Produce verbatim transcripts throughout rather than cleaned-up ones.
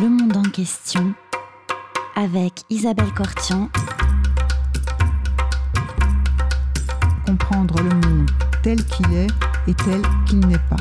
Le monde en question avec Isabelle Cortian. Comprendre le monde tel qu'il est et tel qu'il n'est pas.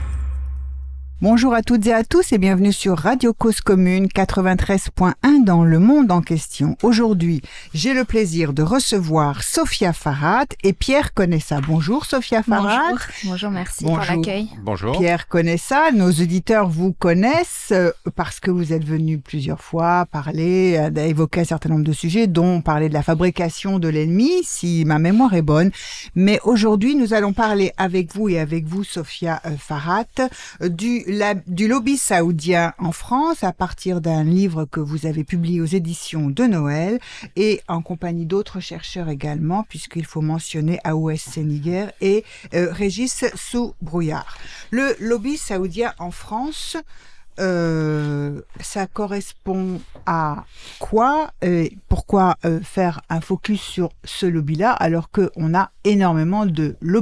Bonjour à toutes et à tous et bienvenue sur Radio Cause Commune quatre-vingt-treize point un dans le monde en question. Aujourd'hui, j'ai le plaisir de recevoir Sophia Farhat et Pierre Conessa. Bonjour Sophia Farhat. Bonjour, Bonjour merci Bonjour. pour l'accueil. Bonjour. Pierre Conessa, nos auditeurs vous connaissent euh, parce que vous êtes venus plusieurs fois parler, euh, évoquer un certain nombre de sujets, dont parler de la fabrication de l'ennemi, si ma mémoire est bonne. Mais aujourd'hui, nous allons parler avec vous et avec vous, Sophia euh, Farhat, euh, du La, du lobby saoudien en France à partir d'un livre que vous avez publié aux éditions de Noël et en compagnie d'autres chercheurs également, puisqu'il faut mentionner Aoues Séniger et euh, Régis Soubrouillard. Le lobby saoudien en France, euh, ça correspond à quoi euh, Pourquoi euh, faire un focus sur ce lobby-là alors qu'on a énormément de lobbies ?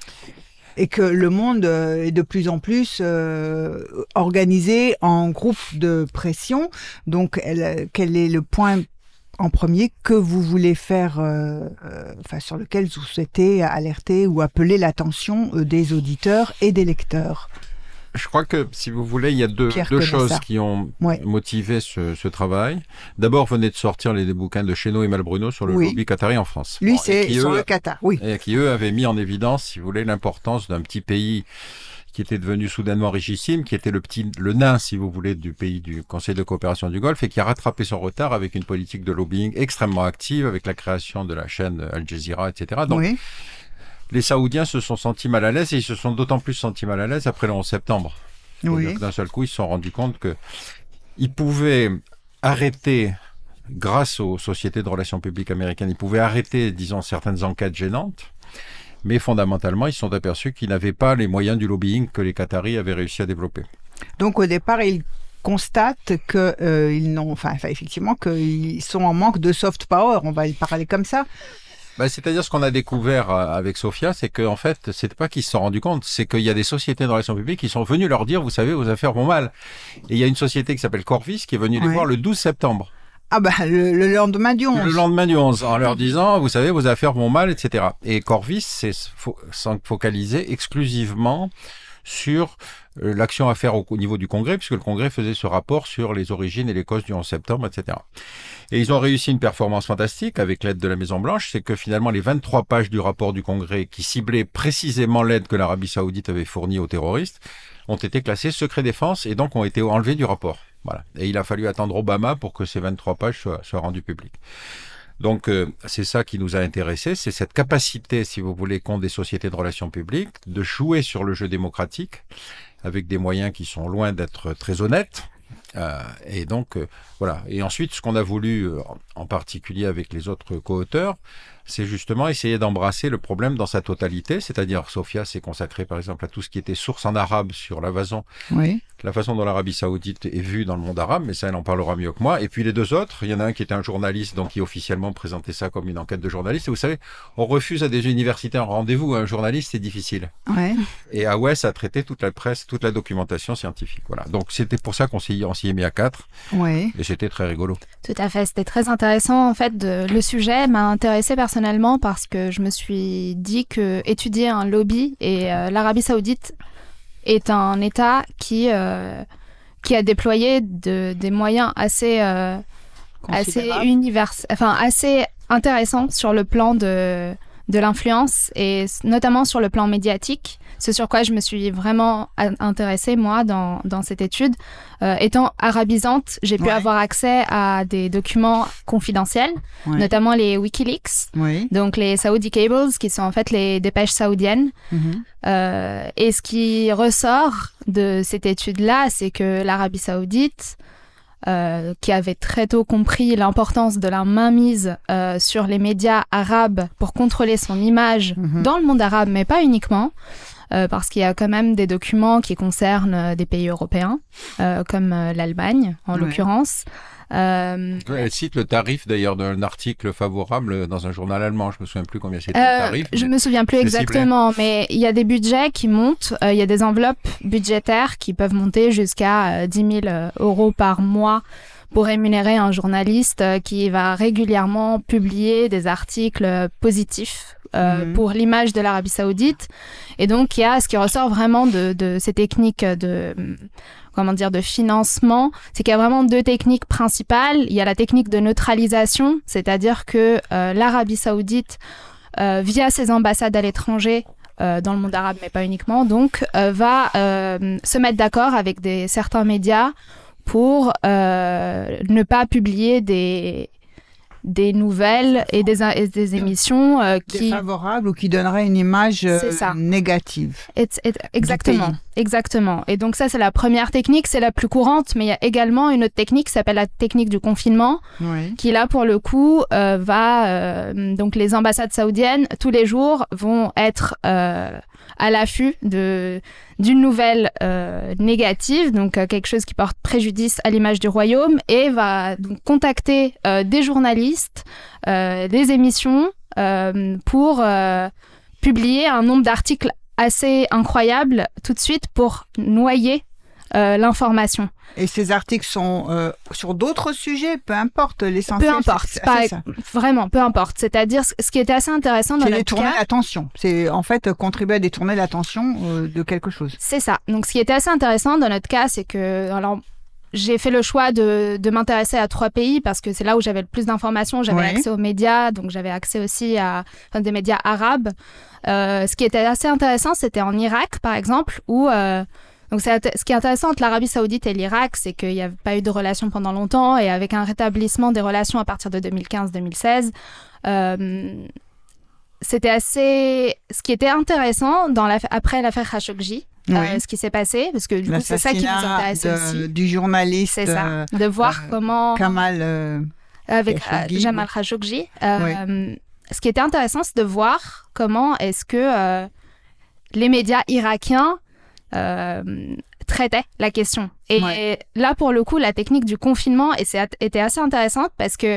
Et que le monde est de plus en plus euh, organisé en groupes de pression. Donc, elle, quel est le point en premier que vous voulez faire, euh, euh, enfin, sur lequel vous souhaitez alerter ou appeler l'attention des auditeurs et des lecteurs ? Je crois que, si vous voulez, il y a deux, deux choses ça. qui ont ouais. motivé ce, ce travail. D'abord, venez de sortir les, les bouquins de Chesneau et Malbruno sur le oui. lobby qatari en France. Lui, bon, c'est sur eux, le Qatar, oui. Et qui, eux, avaient mis en évidence, si vous voulez, l'importance d'un petit pays qui était devenu soudainement richissime, qui était le petit, le nain, si vous voulez, du pays du Conseil de coopération du Golfe et qui a rattrapé son retard avec une politique de lobbying extrêmement active, avec la création de la chaîne Al Jazeera, et cetera. Donc, oui. les Saoudiens se sont sentis mal à l'aise et ils se sont d'autant plus sentis mal à l'aise après le onze septembre. Oui. D'un seul coup, ils se sont rendus compte qu'ils pouvaient arrêter, grâce aux sociétés de relations publiques américaines, ils pouvaient arrêter, disons, certaines enquêtes gênantes, mais fondamentalement, ils se sont aperçus qu'ils n'avaient pas les moyens du lobbying que les Qataris avaient réussi à développer. Donc au départ, ils constatent qu'ils euh, n'ont, enfin, enfin, effectivement, qu'ils sont en manque de soft power, on va parler comme ça. Ben, c'est-à-dire, ce qu'on a découvert avec Sophia, c'est qu'en fait, c'est pas qu'ils se sont rendus compte, c'est qu'il y a des sociétés de relations publiques qui sont venues leur dire, vous savez, vos affaires vont mal. Et il y a une société qui s'appelle Corvis qui est venue les ouais. voir le douze septembre. Ah ben, le, le lendemain du onze. Le lendemain du onze, en leur disant, vous savez, vos affaires vont mal, et cetera. Et Corvis s'est focalisé exclusivement sur euh, l'action à faire au, au niveau du Congrès, puisque le Congrès faisait ce rapport sur les origines et les causes du onze septembre, et cetera. Et ils ont réussi une performance fantastique avec l'aide de la Maison-Blanche, c'est que finalement les vingt-trois pages du rapport du Congrès qui ciblaient précisément l'aide que l'Arabie Saoudite avait fournie aux terroristes ont été classées secret défense et donc ont été enlevées du rapport. Voilà. Et il a fallu attendre Obama pour que ces vingt-trois pages soient, soient rendues publiques. Donc, euh, c'est ça qui nous a intéressés, c'est cette capacité, si vous voulez, qu'ont des sociétés de relations publiques de jouer sur le jeu démocratique avec des moyens qui sont loin d'être très honnêtes. Euh, et donc, euh, voilà. Et ensuite, ce qu'on a voulu, euh, en particulier avec les autres co-auteurs, c'est justement essayer d'embrasser le problème dans sa totalité, c'est-à-dire Sophia s'est consacrée par exemple à tout ce qui était source en arabe sur l'invasion, oui. la façon dont l'Arabie Saoudite est vue dans le monde arabe, mais ça elle en parlera mieux que moi. Et puis les deux autres, il y en a un qui était un journaliste, donc qui officiellement présentait ça comme une enquête de journaliste. Et vous savez, on refuse à des universitaires un rendez-vous, un journaliste c'est difficile. Ouais. Et Aoues a traité toute la presse, toute la documentation scientifique. Voilà. Donc c'était pour ça qu'on s'y, on s'y est mis à quatre. Ouais. Et c'était très rigolo. Tout à fait, c'était très intéressant en fait. De, le sujet m'a intéressé personnellement. Personnellement, parce que je me suis dit que étudier un lobby et euh, l'Arabie Saoudite est un État qui euh, qui a déployé de, des moyens assez euh, assez univers, enfin assez intéressants sur le plan de de l'influence et notamment sur le plan médiatique. Ce sur quoi je me suis vraiment intéressée, moi, dans, dans cette étude. Euh, étant arabisante, j'ai pu ouais. avoir accès à des documents confidentiels, ouais. notamment les Wikileaks, ouais. donc les Saudi Cables, qui sont en fait les dépêches saoudiennes. Mm-hmm. Euh, et ce qui ressort de cette étude-là, c'est que l'Arabie Saoudite, Euh, qui avait très tôt compris l'importance de la mainmise euh, sur les médias arabes pour contrôler son image mmh. dans le monde arabe, mais pas uniquement, euh, parce qu'il y a quand même des documents qui concernent euh, des pays européens, euh, comme euh, l'Allemagne en ouais. l'occurrence. Euh, Elle cite le tarif d'ailleurs d'un article favorable dans un journal allemand. Je me souviens plus combien c'était euh, le tarif. Je me souviens plus exactement, ciblé. Mais il y a des budgets qui montent. Euh, il y a des enveloppes budgétaires qui peuvent monter jusqu'à euh, dix mille euros par mois pour rémunérer un journaliste euh, qui va régulièrement publier des articles euh, positifs euh, mmh. pour l'image de l'Arabie Saoudite. Et donc il y a ce qui ressort vraiment de, de ces techniques de comment dire, de financement, c'est qu'il y a vraiment deux techniques principales. Il y a la technique de neutralisation, c'est-à-dire que euh, l'Arabie Saoudite, euh, via ses ambassades à l'étranger, euh, dans le monde arabe, mais pas uniquement, donc, euh, va euh, se mettre d'accord avec des, certains médias pour euh, ne pas publier des... des nouvelles et des, et des émissions euh, qui... défavorables ou qui donneraient une image euh, négative. It's, it, exactement, exactement. Et donc ça, c'est la première technique, c'est la plus courante, mais il y a également une autre technique qui s'appelle la technique du confinement, oui. qui là, pour le coup, euh, va... Euh, donc les ambassades saoudiennes, tous les jours, vont être euh, à l'affût de... d'une nouvelle euh, négative, donc euh, quelque chose qui porte préjudice à l'image du royaume, et va donc contacter euh, des journalistes, euh, des émissions, euh, pour euh, publier un nombre d'articles assez incroyable tout de suite pour noyer euh, l'information. Et ces articles sont euh, sur d'autres sujets, peu importe, l'essentiel. Peu importe, c'est, pas, c'est ça. Vraiment, peu importe. C'est-à-dire, ce qui était assez intéressant dans c'est notre détourner cas... l'attention. C'est en fait contribuer à détourner l'attention euh, de quelque chose. C'est ça. Donc, ce qui était assez intéressant dans notre cas, c'est que... Alors, j'ai fait le choix de, de m'intéresser à trois pays parce que c'est là où j'avais le plus d'informations. J'avais oui. accès aux médias, donc j'avais accès aussi à enfin, des médias arabes. Euh, ce qui était assez intéressant, c'était en Irak, par exemple, où... Euh, donc, c'est, ce qui est intéressant entre l'Arabie Saoudite et l'Irak, c'est qu'il n'y a pas eu de relations pendant longtemps, et avec un rétablissement des relations à partir de deux mille quinze deux mille seize, euh, c'était assez... Ce qui était intéressant dans la... après l'affaire Khashoggi, oui. euh, ce qui s'est passé, parce que du coup, c'est ça qui nous intéresse de, aussi. Du journaliste. C'est ça, de voir euh, comment... Kamal euh, avec Khashoggi, euh, Jamal Khashoggi. Euh, oui. Ce qui était intéressant, c'est de voir comment est-ce que euh, les médias irakiens Euh, traitait la question. Et ouais. là, pour le coup, la technique du confinement et c'est, était assez intéressante parce que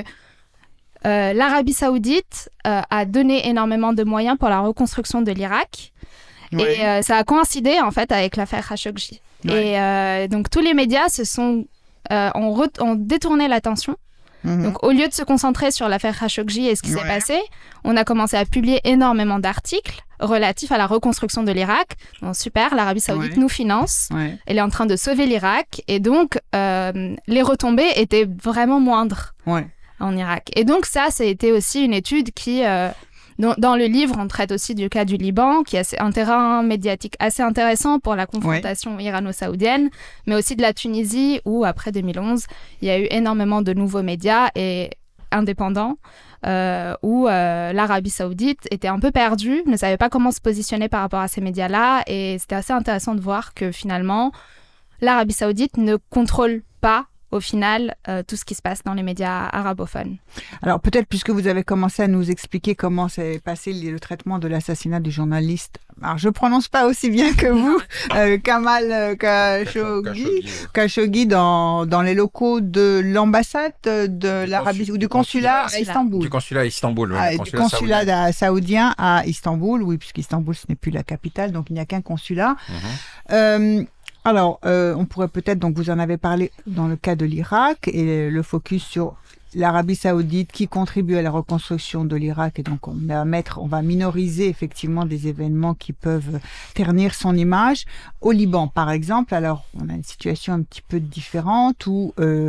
euh, l'Arabie Saoudite euh, a donné énormément de moyens pour la reconstruction de l'Irak. Ouais. Et euh, ça a coïncidé, en fait, avec l'affaire Khashoggi. Ouais. Et euh, donc, tous les médias se sont, euh, ont, re- ont détourné l'attention. Mmh. Donc, au lieu de se concentrer sur l'affaire Khashoggi et ce qui ouais. s'est passé, on a commencé à publier énormément d'articles relatifs à la reconstruction de l'Irak. Bon, super, l'Arabie Saoudite ouais. nous finance. Ouais. Elle est en train de sauver l'Irak. Et donc, euh, les retombées étaient vraiment moindres ouais. en Irak. Et donc, ça, ça a été aussi une étude qui... Euh, dans, dans le livre, on traite aussi du cas du Liban, qui est un terrain médiatique assez intéressant pour la confrontation ouais. irano-saoudienne, mais aussi de la Tunisie, où, après deux mille onze, il y a eu énormément de nouveaux médias et indépendants, euh, où euh, l'Arabie Saoudite était un peu perdue, ne savait pas comment se positionner par rapport à ces médias-là, et c'était assez intéressant de voir que, finalement, l'Arabie Saoudite ne contrôle pas au final, euh, tout ce qui se passe dans les médias arabophones. Alors peut-être, puisque vous avez commencé à nous expliquer comment s'est passé le traitement de l'assassinat du journaliste, alors je ne prononce pas aussi bien que vous, euh, Kamal Khashoggi, Khashoggi dans, dans les locaux de l'ambassade de du l'Arabie consul, ou du consulat, consulat à Istanbul. Du consulat à Istanbul, oui. Ah, du consulat, consulat saoudien. saoudien à Istanbul, oui, puisqu'Istanbul, ce n'est plus la capitale, donc il n'y a qu'un consulat. Mm-hmm. Euh, Alors, euh, on pourrait peut-être, donc vous en avez parlé dans le cas de l'Irak et le focus sur l'Arabie Saoudite qui contribue à la reconstruction de l'Irak, et donc on va mettre, on va minoriser effectivement des événements qui peuvent ternir son image. Au Liban, par exemple, alors on a une situation un petit peu différente où euh,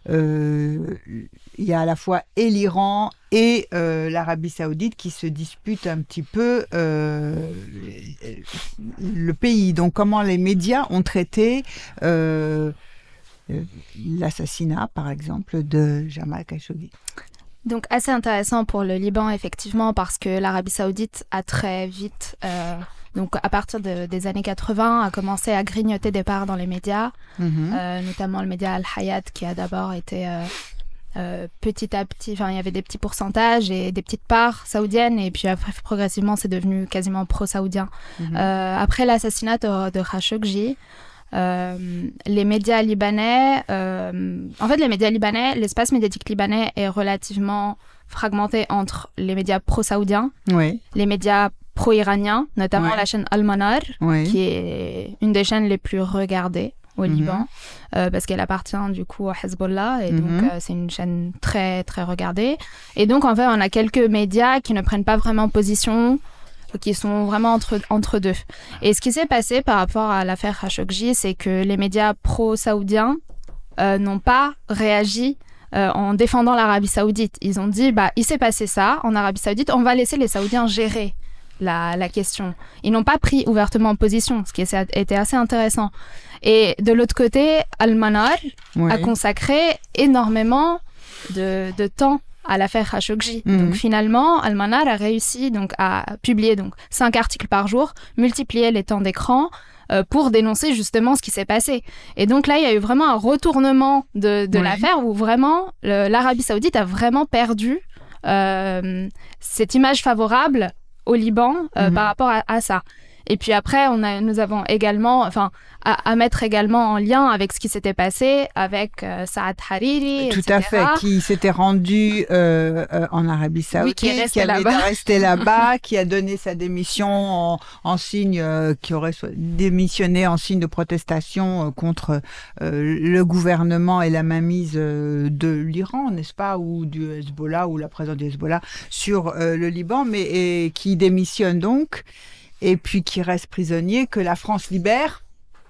euh, il y a à la fois et l'Iran et euh, l'Arabie Saoudite qui se disputent un petit peu euh, le pays. Donc comment les médias ont traité euh, l'assassinat, par exemple, de Jamal Khashoggi. Donc, assez intéressant pour le Liban, effectivement, parce que l'Arabie Saoudite a très vite, euh, donc à partir de, des années quatre-vingts, a commencé à grignoter des parts dans les médias, mm-hmm. euh, notamment le média Al-Hayat, qui a d'abord été euh, euh, petit à petit, enfin, il y avait des petits pourcentages et des petites parts saoudiennes, et puis après, progressivement, c'est devenu quasiment pro-saoudien. Mm-hmm. Euh, après l'assassinat de, de Khashoggi, euh, les médias libanais, euh, en fait, les médias libanais, l'espace médiatique libanais est relativement fragmenté entre les médias pro-saoudiens, oui. les médias pro-iraniens, notamment ouais. la chaîne Al-Manar, oui. qui est une des chaînes les plus regardées au mm-hmm. Liban, euh, parce qu'elle appartient du coup à Hezbollah, et mm-hmm. donc euh, c'est une chaîne très très regardée. Et donc en fait, on a quelques médias qui ne prennent pas vraiment position, qui sont vraiment entre, entre deux. Et ce qui s'est passé par rapport à l'affaire Khashoggi, c'est que les médias pro-saoudiens euh, n'ont pas réagi euh, en défendant l'Arabie Saoudite. Ils ont dit, bah, il s'est passé ça en Arabie Saoudite, on va laisser les Saoudiens gérer la, la question. Ils n'ont pas pris ouvertement position, ce qui était assez intéressant. Et de l'autre côté, Al-Manar oui. a consacré énormément de, de temps à l'affaire Khashoggi. Mmh. Donc finalement, Al-Manar a réussi donc, à publier donc, cinq articles par jour, multiplier les temps d'écran euh, pour dénoncer justement ce qui s'est passé. Et donc là, il y a eu vraiment un retournement de, de oui. l'affaire où vraiment le, l'Arabie Saoudite a vraiment perdu euh, cette image favorable au Liban euh, mmh. par rapport à, à ça. Et puis après, on a, nous avons également, enfin, à, à mettre également en lien avec ce qui s'était passé avec euh, Saad Hariri, Tout et cetera. à fait, qui s'était rendu euh, euh, en Arabie Saoudite, oui, qui, qui avait là-bas. resté là-bas, qui a donné sa démission en, en signe, euh, qui aurait démissionné en signe de protestation euh, contre euh, le gouvernement et la mainmise euh, de l'Iran, n'est-ce pas, ou du Hezbollah, ou la présence du Hezbollah sur euh, le Liban, mais et, qui démissionne donc. Et puis qui reste prisonnier, que la France libère.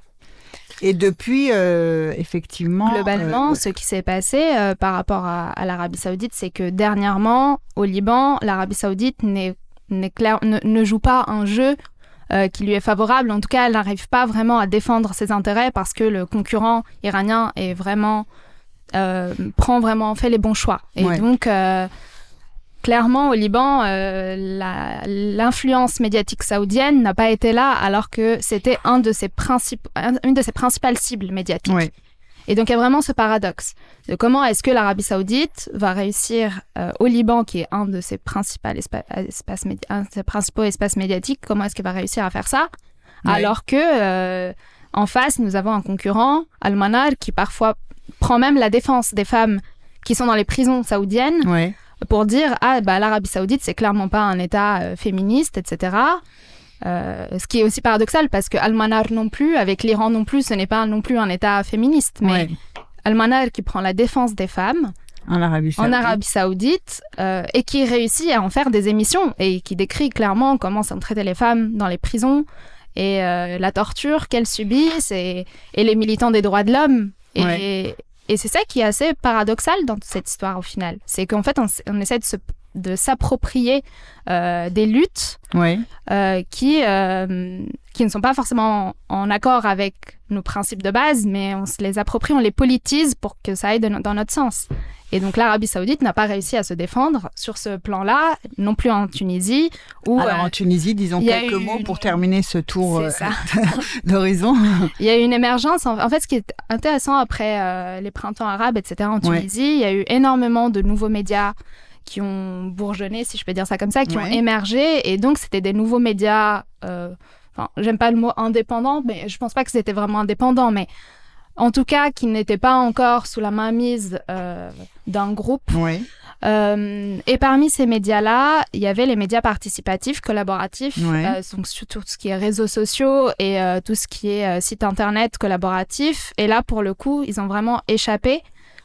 Et depuis, euh, effectivement... Globalement, euh, ce qui s'est passé euh, par rapport à, à l'Arabie Saoudite, c'est que dernièrement, au Liban, l'Arabie Saoudite n'est, n'est clair, ne, ne joue pas un jeu euh, qui lui est favorable. En tout cas, elle n'arrive pas vraiment à défendre ses intérêts parce que le concurrent iranien est vraiment, euh, prend vraiment, fait les bons choix. Et ouais. donc... Euh, Clairement, au Liban, euh, la, l'influence médiatique saoudienne n'a pas été là, alors que c'était un de ses princip- une de ses principales cibles médiatiques. Oui. Et donc, il y a vraiment ce paradoxe de comment est-ce que l'Arabie Saoudite va réussir euh, au Liban, qui est un de ses principaux, espa- espaces médi- un de ses principaux espaces médiatiques, comment est-ce qu'elle va réussir à faire ça, oui. alors que euh, en face, nous avons un concurrent, Al-Manar, qui parfois prend même la défense des femmes qui sont dans les prisons saoudiennes. Oui. Pour dire, ah, bah, l'Arabie Saoudite, c'est clairement pas un État euh, féministe, et cetera. Euh, ce qui est aussi paradoxal, parce que Al-Manar non plus, avec l'Iran non plus, ce n'est pas non plus un État féministe. Mais ouais. Al-Manar qui prend la défense des femmes en Arabie Saoudite, en Arabie Saoudite euh, et qui réussit à en faire des émissions et qui décrit clairement comment sont traitées les femmes dans les prisons et euh, la torture qu'elles subissent et, et les militants des droits de l'homme. Et, ouais. et, Et c'est ça qui est assez paradoxal dans cette histoire au final. C'est qu'en fait, on, on essaie de, se, de s'approprier euh, des luttes oui. euh, qui, euh, qui ne sont pas forcément en, en accord avec nos principes de base, mais on se les approprie, on les politise pour que ça aille de, dans notre sens. Et donc l'Arabie Saoudite n'a pas réussi à se défendre sur ce plan-là, non plus en Tunisie. Où, Alors euh, en Tunisie, disons quelques mots une... pour terminer ce tour euh, d'horizon. Il y a eu une émergence. En, en fait, ce qui est intéressant après euh, les printemps arabes, et cetera en Tunisie, ouais. il y a eu énormément de nouveaux médias qui ont bourgeonné, si je peux dire ça comme ça, qui ouais. ont émergé. Et donc, c'était des nouveaux médias... Euh, enfin, j'aime pas le mot indépendant, mais je pense pas que c'était vraiment indépendant, mais... En tout cas, qui n'était pas encore sous la mainmise euh, d'un groupe. Oui. Euh, et parmi ces médias-là, il y avait les médias participatifs, collaboratifs, oui. euh, donc sur tout ce qui est réseaux sociaux et euh, tout ce qui est euh, site internet collaboratif. Et là, pour le coup, ils ont vraiment échappé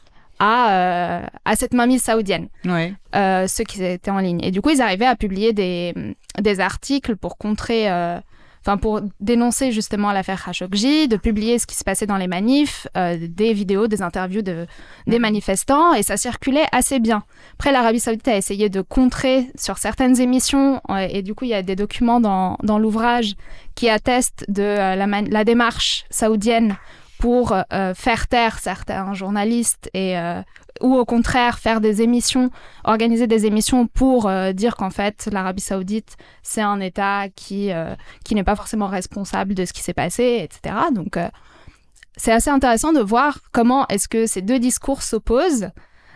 à, euh, à cette mainmise saoudienne, oui. euh, ceux qui étaient en ligne. Et du coup, ils arrivaient à publier des, des articles pour contrer... Euh, Enfin, pour dénoncer justement l'affaire Khashoggi, de publier ce qui se passait dans les manifs, euh, des vidéos, des interviews de, des manifestants, et ça circulait assez bien. Après, l'Arabie Saoudite a essayé de contrer sur certaines émissions, euh, et du coup, il y a des documents dans, dans l'ouvrage qui attestent de euh, la, man- la démarche saoudienne pour euh, faire taire certains journalistes et euh, ou au contraire faire des émissions, organiser des émissions pour euh, dire qu'en fait l'Arabie Saoudite c'est un État qui euh, qui n'est pas forcément responsable de ce qui s'est passé, et cetera. Donc euh, c'est assez intéressant de voir comment est-ce que ces deux discours s'opposent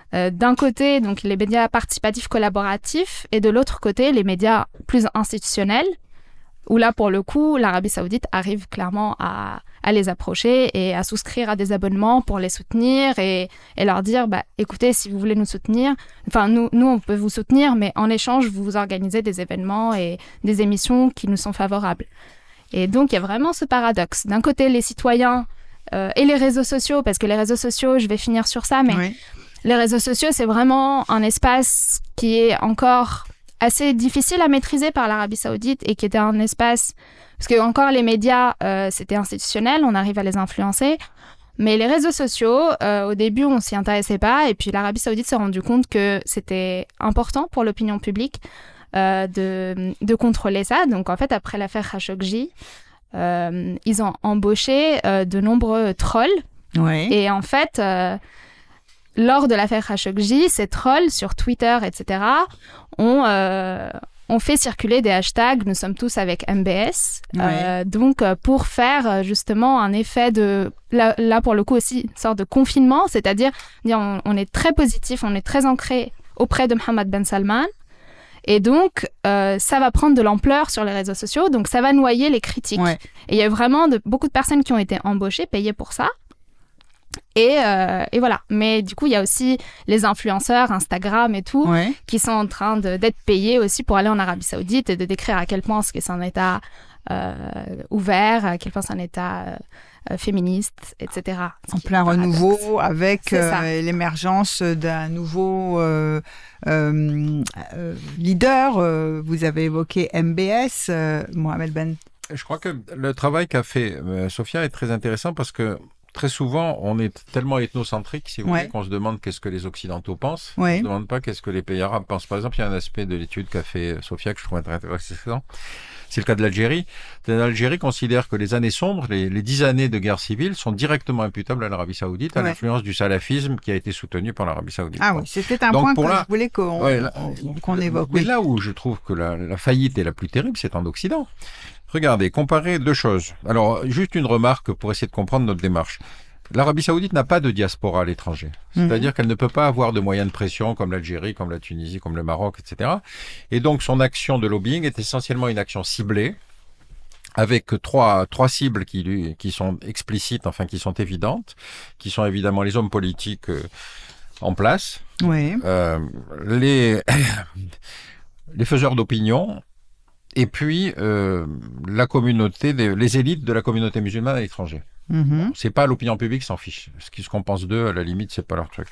Euh, d'un côté, donc les médias participatifs collaboratifs, et de l'autre côté, les médias plus institutionnels, où là, pour le coup, l'Arabie Saoudite arrive clairement à, à les approcher et à souscrire à des abonnements pour les soutenir et, et leur dire, bah, écoutez, si vous voulez nous soutenir, enfin, nous, nous, on peut vous soutenir, mais en échange, vous vous organisez des événements et des émissions qui nous sont favorables. Et donc, il y a vraiment ce paradoxe. D'un côté, les citoyens euh, et les réseaux sociaux, parce que les réseaux sociaux, je vais finir sur ça, mais oui. Les réseaux sociaux, c'est vraiment un espace qui est encore assez difficile à maîtriser par l'Arabie Saoudite et qui était un espace... Parce que encore les médias, euh, c'était institutionnel, on arrive à les influencer. Mais les réseaux sociaux, euh, au début, on s'y intéressait pas. Et puis l'Arabie Saoudite s'est rendu compte que c'était important pour l'opinion publique euh, de, de contrôler ça. Donc en fait, après l'affaire Khashoggi, euh, ils ont embauché euh, de nombreux trolls. Ouais. Et en fait... Euh, lors de l'affaire Khashoggi, ces trolls sur Twitter, et cetera, ont, euh, ont fait circuler des hashtags « Nous sommes tous avec M B S ouais. », euh, donc pour faire justement un effet de, là, là pour le coup aussi, une sorte de confinement, c'est-à-dire dire on, on est très positif, on est très ancré auprès de Mohammed Ben Salman, et donc euh, ça va prendre de l'ampleur sur les réseaux sociaux, donc ça va noyer les critiques. Ouais. Et il y a vraiment de, beaucoup de personnes qui ont été embauchées, payées pour ça. Et, euh, et voilà. Mais du coup, il y a aussi les influenceurs, Instagram et tout, ouais. qui sont en train de, d'être payés aussi pour aller en Arabie Saoudite et de décrire à quel point c'est un État euh, ouvert, à quel point c'est un État euh, féministe, et cetera. En plein renouveau, avec euh, l'émergence d'un nouveau euh, euh, euh, leader. Euh, vous avez évoqué M B S, euh, Mohammed Ben. Je crois que le travail qu'a fait euh, Sophia est très intéressant parce que très souvent, on est tellement ethnocentrique, si vous ouais. voulez, qu'on se demande qu'est-ce que les Occidentaux pensent. Ouais. On ne se demande pas qu'est-ce que les pays arabes pensent. Par exemple, il y a un aspect de l'étude qu'a fait Sophia que je trouve très intéressant. C'est le cas de l'Algérie. L'Algérie considère que les années sombres, les, les dix années de guerre civile, sont directement imputables à l'Arabie Saoudite, à ouais. l'influence du salafisme qui a été soutenu par l'Arabie Saoudite. Ah oui, c'était un Donc, point que là, je voulais qu'on, ouais, là, qu'on évoque. Mais oui. là où je trouve que la, la faillite est la plus terrible, c'est en Occident. Regardez, comparez deux choses. Alors, juste une remarque pour essayer de comprendre notre démarche. L'Arabie Saoudite n'a pas de diaspora à l'étranger. C'est-à-dire mmh. qu'elle ne peut pas avoir de moyens de pression comme l'Algérie, comme la Tunisie, comme le Maroc, et cetera. Et donc, son action de lobbying est essentiellement une action ciblée, avec trois, trois cibles qui, lui, qui sont explicites, enfin qui sont évidentes, qui sont évidemment les hommes politiques euh, en place, oui. euh, les, les faiseurs d'opinion, et puis euh, la communauté, des, les élites de la communauté musulmane à l'étranger. Mmh. Bon, c'est pas l'opinion publique s'en fiche. Ce qu'on pense d'eux, à la limite, c'est pas leur truc.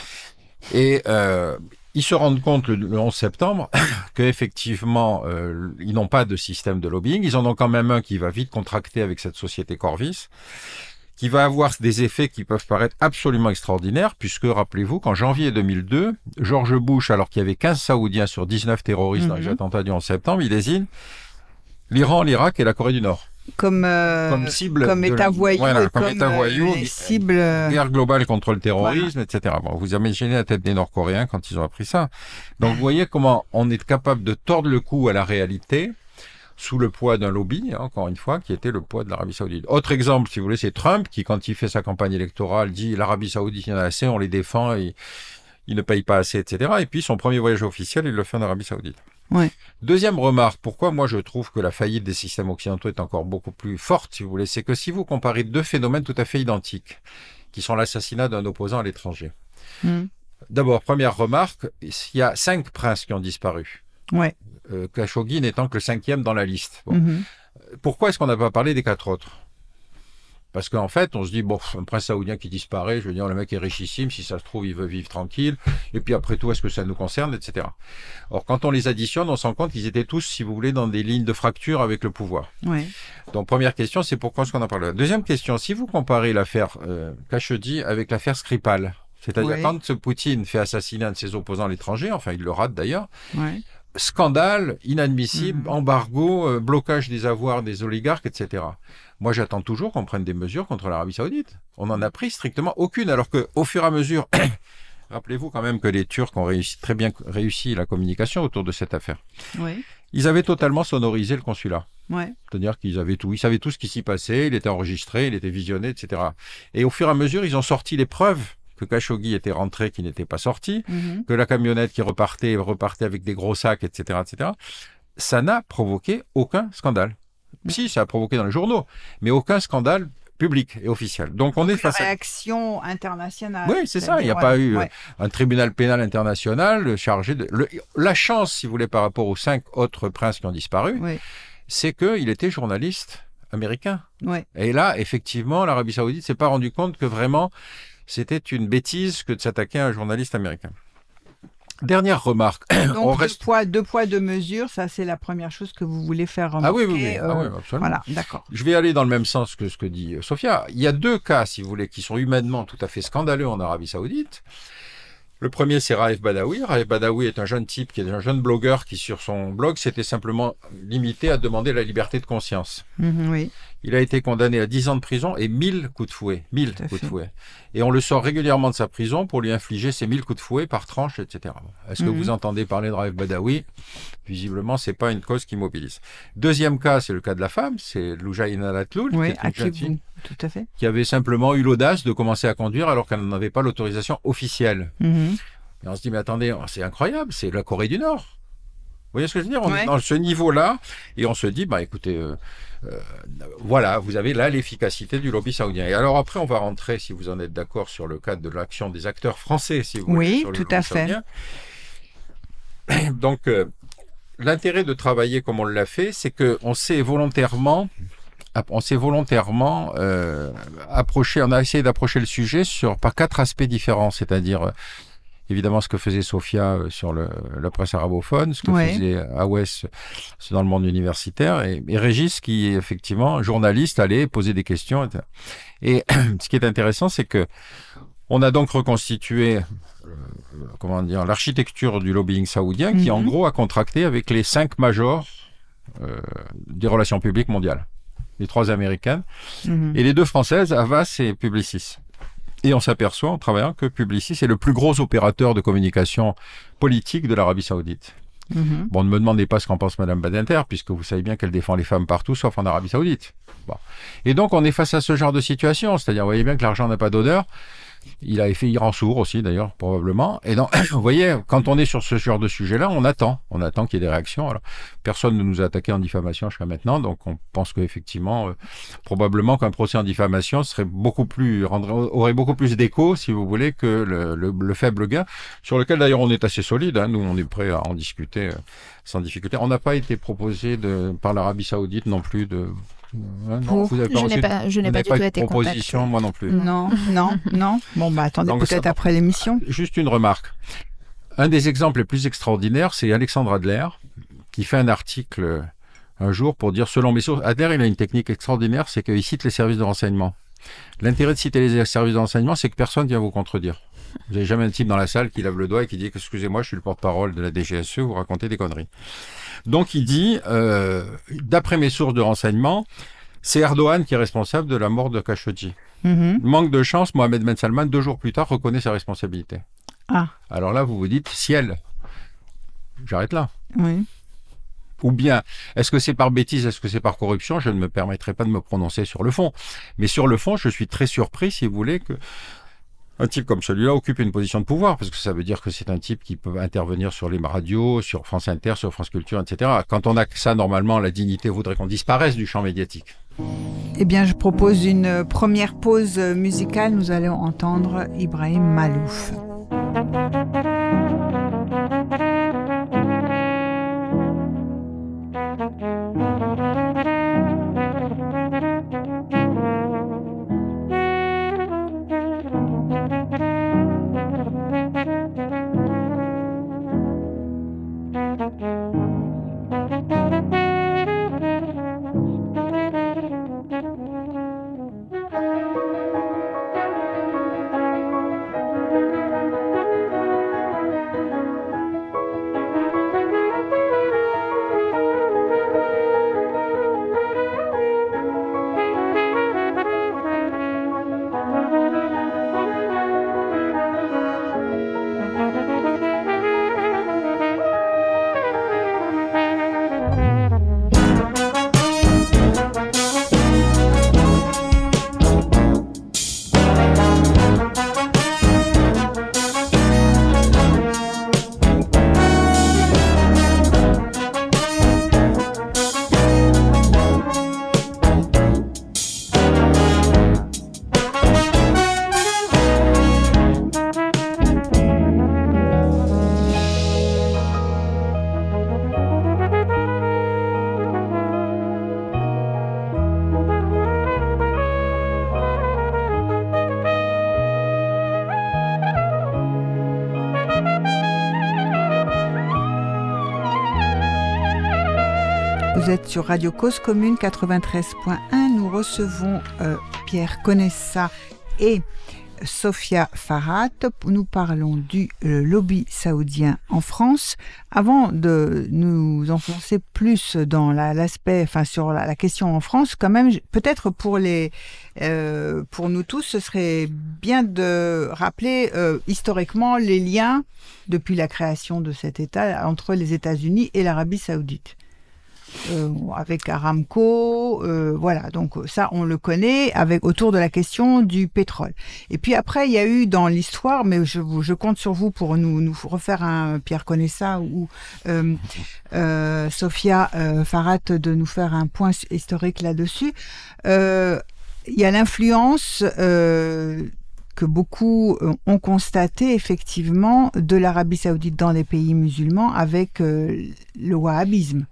Et euh, ils se rendent compte le, le onze septembre qu'effectivement, euh, ils n'ont pas de système de lobbying. Ils en ont quand même un qui va vite contracter avec cette société Corvis, qui va avoir des effets qui peuvent paraître absolument extraordinaires, puisque, rappelez-vous, qu'en janvier deux mille deux, George Bush, alors qu'il y avait quinze Saoudiens sur dix-neuf terroristes mmh. dans les attentats du onze septembre, il désigne l'Iran, l'Irak et la Corée du Nord. Comme, euh, comme cible, comme État voyou, voilà, comme, comme État voyou, euh, cible, guerre globale contre le terrorisme, voilà. et cetera. Bon, vous imaginez la tête des Nord-Coréens quand ils ont appris ça. Donc, vous voyez comment on est capable de tordre le cou à la réalité sous le poids d'un lobby, hein, encore une fois, qui était le poids de l'Arabie Saoudite. Autre exemple, si vous voulez, c'est Trump qui, quand il fait sa campagne électorale, dit l'Arabie Saoudite, il y en a assez, on les défend, et ils ne payent pas assez, et cetera. Et puis, son premier voyage officiel, il le fait en Arabie Saoudite. Ouais. Deuxième remarque, pourquoi moi je trouve que la faillite des systèmes occidentaux est encore beaucoup plus forte, si vous voulez, c'est que si vous comparez deux phénomènes tout à fait identiques, qui sont l'assassinat d'un opposant à l'étranger. Mm. D'abord, première remarque, il y a cinq princes qui ont disparu. Ouais. Euh, Khashoggi n'étant que le cinquième dans la liste. Bon. Mm-hmm. Pourquoi est-ce qu'on n'a pas parlé des quatre autres ? Parce qu'en fait, on se dit, bon, un prince saoudien qui disparaît, je veux dire, le mec est richissime, si ça se trouve, il veut vivre tranquille, et puis après tout, est-ce que ça nous concerne, et cetera. Or, quand on les additionne, on se rend compte qu'ils étaient tous, si vous voulez, dans des lignes de fracture avec le pouvoir. Oui. Donc, première question, c'est pourquoi est-ce qu'on en parle ? Deuxième question, si vous comparez l'affaire euh, Khashoggi avec l'affaire Skripal, c'est-à-dire oui. quand Poutine fait assassiner un de ses opposants à l'étranger, enfin, il le rate d'ailleurs, oui. scandale, inadmissible, mmh. embargo, euh, blocage des avoirs des oligarques, et cetera. Moi, j'attends toujours qu'on prenne des mesures contre l'Arabie Saoudite. On n'en a pris strictement aucune, alors qu'au fur et à mesure, rappelez-vous quand même que les Turcs ont réussi, très bien réussi la communication autour de cette affaire. Oui. Ils avaient totalement sonorisé le consulat. Ouais. C'est-à-dire qu'ils avaient tout, ils savaient tout ce qui s'y passait, il était enregistré, il était visionné, et cetera. Et au fur et à mesure, ils ont sorti les preuves que Khashoggi était rentré, qui n'était pas sorti, Mhm. que la camionnette qui repartait, repartait avec des gros sacs, et cetera, et cetera. Ça n'a provoqué aucun scandale. Si, ça a provoqué dans les journaux, mais aucun scandale public et officiel. Donc on est Une face à... réaction internationale. Oui, c'est ça. Il n'y a ouais, pas eu ouais. un tribunal pénal international chargé de... Le... La chance, si vous voulez, par rapport aux cinq autres princes qui ont disparu, Oui, c'est qu'il était journaliste américain. oui. Et là, effectivement, l'Arabie Saoudite s'est pas rendu compte que vraiment, c'était une bêtise que de s'attaquer à un journaliste américain. Dernière remarque. Donc, on deux, reste... poids, deux poids, deux mesures, ça c'est la première chose que vous voulez faire remarquer. Ah oui, oui, oui. euh, Ah oui, absolument. Voilà, d'accord. Je vais aller dans le même sens que ce que dit Sophia. Il y a deux cas, si vous voulez, qui sont humainement tout à fait scandaleux en Arabie Saoudite. Le premier, c'est Raif Badawi. Raif Badawi est un jeune type, qui est un jeune blogueur qui, sur son blog, s'était simplement limité à demander la liberté de conscience. Mhm, oui. Il a été condamné à dix ans de prison et mille coups de fouet. mille Tout à coups fait. de fouet. Et on le sort régulièrement de sa prison pour lui infliger ces mille coups de fouet par tranche, et cetera. Est-ce que Mhm. vous entendez parler de Raif Badawi? Visiblement, c'est pas une cause qui mobilise. Deuxième cas, c'est le cas de la femme, c'est Loujaïna Latloul, Oui, qui est à une qui jeune fille vous Tout à fait. qui avait simplement eu l'audace de commencer à conduire alors qu'elle n'en avait pas l'autorisation officielle. Mhm. Et on se dit, mais attendez, c'est incroyable, c'est la Corée du Nord. Vous voyez ce que je veux dire? On Ouais. est dans ce niveau-là et on se dit, bah écoutez, euh, euh, voilà, vous avez là l'efficacité du lobby saoudien. Et alors après, on va rentrer, si vous en êtes d'accord, sur le cadre de l'action des acteurs français, si vous voulez. Oui, sur le tout lobby à fait. saoudien. Donc, euh, l'intérêt de travailler comme on l'a fait, c'est qu'on s'est volontairement... On s'est volontairement euh, approché, on a essayé d'approcher le sujet sur, par quatre aspects différents, c'est-à-dire euh, évidemment ce que faisait Sophia euh, sur le, la presse arabophone, ce que Ouais. faisait Awes dans le monde universitaire, et, et Régis qui, effectivement, journaliste, allait poser des questions. Et ce qui est intéressant, c'est que on a donc reconstitué euh, comment dire, l'architecture du lobbying saoudien qui, Mhm. en gros, a contracté avec les cinq majors euh, des relations publiques mondiales. Les trois américaines, Mhm. et les deux françaises, Havas et Publicis. Et on s'aperçoit en travaillant que Publicis est le plus gros opérateur de communication politique de l'Arabie Saoudite. Mhm. Bon, ne me demandez pas ce qu'en pense Madame Badinter, puisque vous savez bien qu'elle défend les femmes partout, sauf en Arabie Saoudite. Bon. Et donc, on est face à ce genre de situation, c'est-à-dire, vous voyez bien que l'argent n'a pas d'odeur. Il a fait Iran sourd aussi, d'ailleurs, probablement. Et donc, vous voyez, quand on est sur ce genre de sujet-là, on attend. On attend qu'il y ait des réactions. Alors, personne ne nous a attaqué en diffamation jusqu'à maintenant, donc on pense qu'effectivement, euh, probablement qu'un procès en diffamation serait beaucoup plus, rendrait, aurait beaucoup plus d'écho, si vous voulez, que le, le, le faible gain, sur lequel d'ailleurs on est assez solide. Hein. Nous, on est prêt à en discuter euh, sans difficulté. On n'a pas été proposé de, par l'Arabie Saoudite non plus de... Hein, non, vous avez Je n'ai reçu- pas, je n'ai vous pas n'avez du pas tout eu de été proposition, contactée. moi non plus. Non, non, non. Bon, bah attendez, Donc, peut-être ça- après l'émission. Juste une remarque. Un des exemples les plus extraordinaires, c'est Alexandre Adler, qui fait un article euh, un jour pour dire, selon mes sources, Adler, il a une technique extraordinaire, c'est qu'il cite les services de renseignement. L'intérêt de citer les services de renseignement, c'est que personne ne vient vous contredire. Vous n'avez jamais un type dans la salle qui lève le doigt et qui dit, excusez-moi, je suis le porte-parole de la D G S E, vous racontez des conneries. Donc il dit, euh, d'après mes sources de renseignement, c'est Erdogan qui est responsable de la mort de Khashoggi. Mhm. Manque de chance, Mohamed Ben Salman, deux jours plus tard, reconnaît sa responsabilité. Ah, Alors là, vous vous dites, ciel, j'arrête là. oui. Ou bien, est-ce que c'est par bêtise, est-ce que c'est par corruption? Je ne me permettrai pas de me prononcer sur le fond. Mais sur le fond, je suis très surpris, si vous voulez, que un type comme celui-là occupe une position de pouvoir, parce que ça veut dire que c'est un type qui peut intervenir sur les radios, sur France Inter, sur France Culture, et cetera. Quand on a que ça, normalement, la dignité voudrait qu'on disparaisse du champ médiatique. Eh bien, je propose une première pause musicale. Nous allons entendre Ibrahim Malouf. vous êtes sur Radio Cause Commune quatre-vingt-treize point un. Nous recevons euh, Pierre Conessa et Sophia Farhat. Nous parlons du euh, lobby saoudien en France. Avant de nous enfoncer plus dans la, l'aspect, enfin sur la, la question en France, quand même, peut-être pour les, euh, pour nous tous, ce serait bien de rappeler euh, historiquement les liens depuis la création de cet État entre les États-Unis et l'Arabie Saoudite. Euh, avec Aramco, euh, voilà, donc ça on le connaît, avec autour de la question du pétrole. Et puis après il y a eu dans l'histoire, mais je, je compte sur vous pour nous, nous refaire un Pierre Conessa ou euh, euh, Sophia euh, Farhat de nous faire un point historique là-dessus. Euh, il y a l'influence euh, que beaucoup ont constaté effectivement de l'Arabie Saoudite dans les pays musulmans avec euh, le wahhabisme.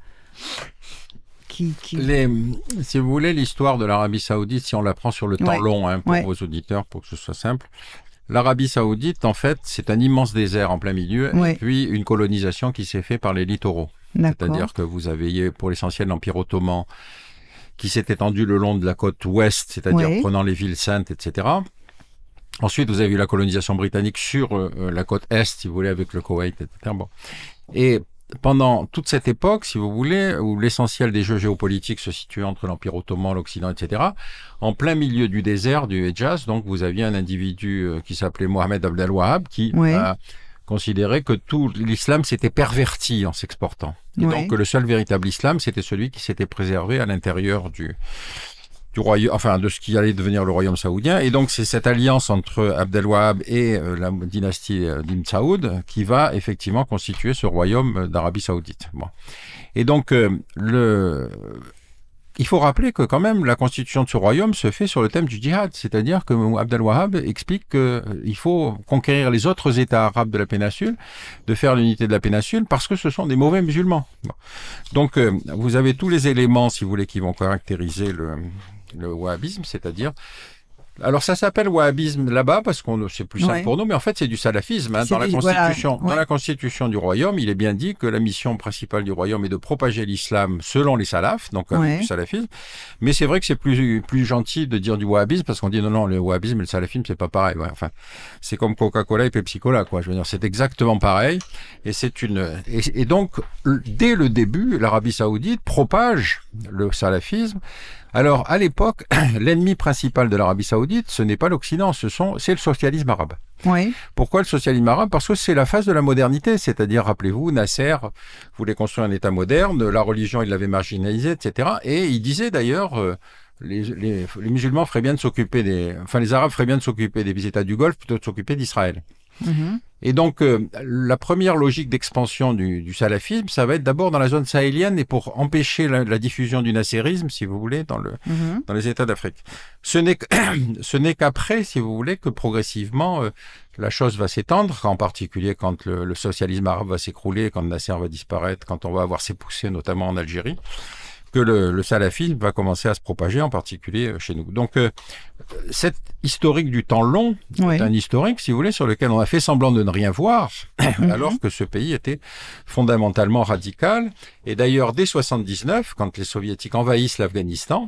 Qui, qui... Les, si vous voulez, l'histoire de l'Arabie Saoudite, si on la prend sur le temps ouais. long, hein, pour ouais. vos auditeurs, pour que ce soit simple, l'Arabie Saoudite, en fait, c'est un immense désert en plein milieu, ouais. et puis une colonisation qui s'est faite par les littoraux. D'accord. C'est-à-dire que vous avez, pour l'essentiel, l'Empire ottoman qui s'est étendu le long de la côte ouest, c'est-à-dire ouais. prenant les villes saintes, et cetera. Ensuite, vous avez eu la colonisation britannique sur euh, la côte est, si vous voulez, avec le Koweït, et cetera. Bon. Et pendant toute cette époque, si vous voulez, où l'essentiel des jeux géopolitiques se situait entre l'Empire ottoman, l'Occident, et cetera, en plein milieu du désert du Hejaz, donc vous aviez un individu qui s'appelait Mohamed Abd al-Wahhab qui oui. a considéré que tout l'islam s'était perverti en s'exportant. Et oui. donc que le seul véritable islam, c'était celui qui s'était préservé à l'intérieur du... du royaume, enfin de ce qui allait devenir le royaume saoudien. Et donc c'est cette alliance entre Abd al-Wahhab et euh, la dynastie euh, d'Ibn Saoud qui va effectivement constituer ce royaume d'Arabie Saoudite. Bon. Et donc euh, le... il faut rappeler que quand même la constitution de ce royaume se fait sur le thème du djihad, c'est-à-dire que Abd al-Wahhab explique qu'il faut conquérir les autres États arabes de la péninsule, de faire l'unité de la péninsule, parce que ce sont des mauvais musulmans. Bon. Donc euh, vous avez tous les éléments, si vous voulez, qui vont caractériser le... le wahhabisme, c'est-à-dire... Alors ça s'appelle wahhabisme là-bas parce que c'est plus simple ouais. pour nous, mais en fait c'est du salafisme. Hein. Dans, la constitution, voilà. ouais. dans la constitution du royaume, il est bien dit que la mission principale du royaume est de propager l'islam selon les salafs, donc ouais. du salafisme. Mais c'est vrai que c'est plus, plus gentil de dire du wahhabisme parce qu'on dit non, non, le wahhabisme et le salafisme, c'est pas pareil. Ouais. Enfin, c'est comme Coca-Cola et Pepsi-Cola, quoi. Je veux dire, c'est exactement pareil. Et c'est une... Et, et donc, dès le début, l'Arabie Saoudite propage le salafisme. Alors, à l'époque, l'ennemi principal de l'Arabie Saoudite, ce n'est pas l'Occident, ce sont, c'est le socialisme arabe. Oui. Pourquoi le socialisme arabe ? Parce que c'est la phase de la modernité, c'est-à-dire, rappelez-vous, Nasser voulait construire un État moderne, la religion, il l'avait marginalisée, et cetera. Et il disait d'ailleurs, euh, les, les, les musulmans feraient bien de s'occuper des... Enfin, les Arabes feraient bien de s'occuper des États du Golfe plutôt que de s'occuper d'Israël. Mmh. Et donc, euh, la première logique d'expansion du, du salafisme, ça va être d'abord dans la zone sahélienne et pour empêcher la, la diffusion du nasserisme, si vous voulez, dans, le, mmh. dans les États d'Afrique. Ce n'est, ce n'est qu'après, si vous voulez, que progressivement, euh, la chose va s'étendre, en particulier quand le, le socialisme arabe va s'écrouler, quand Nasser va disparaître, quand on va avoir ses poussées, notamment en Algérie, que le, le salafisme va commencer à se propager, en particulier chez nous. Donc, euh, cette historique du temps long oui. est un historique, si vous voulez, sur lequel on a fait semblant de ne rien voir, mm-hmm. alors que ce pays était fondamentalement radical. Et d'ailleurs, dès soixante-dix-neuf, quand les Soviétiques envahissent l'Afghanistan,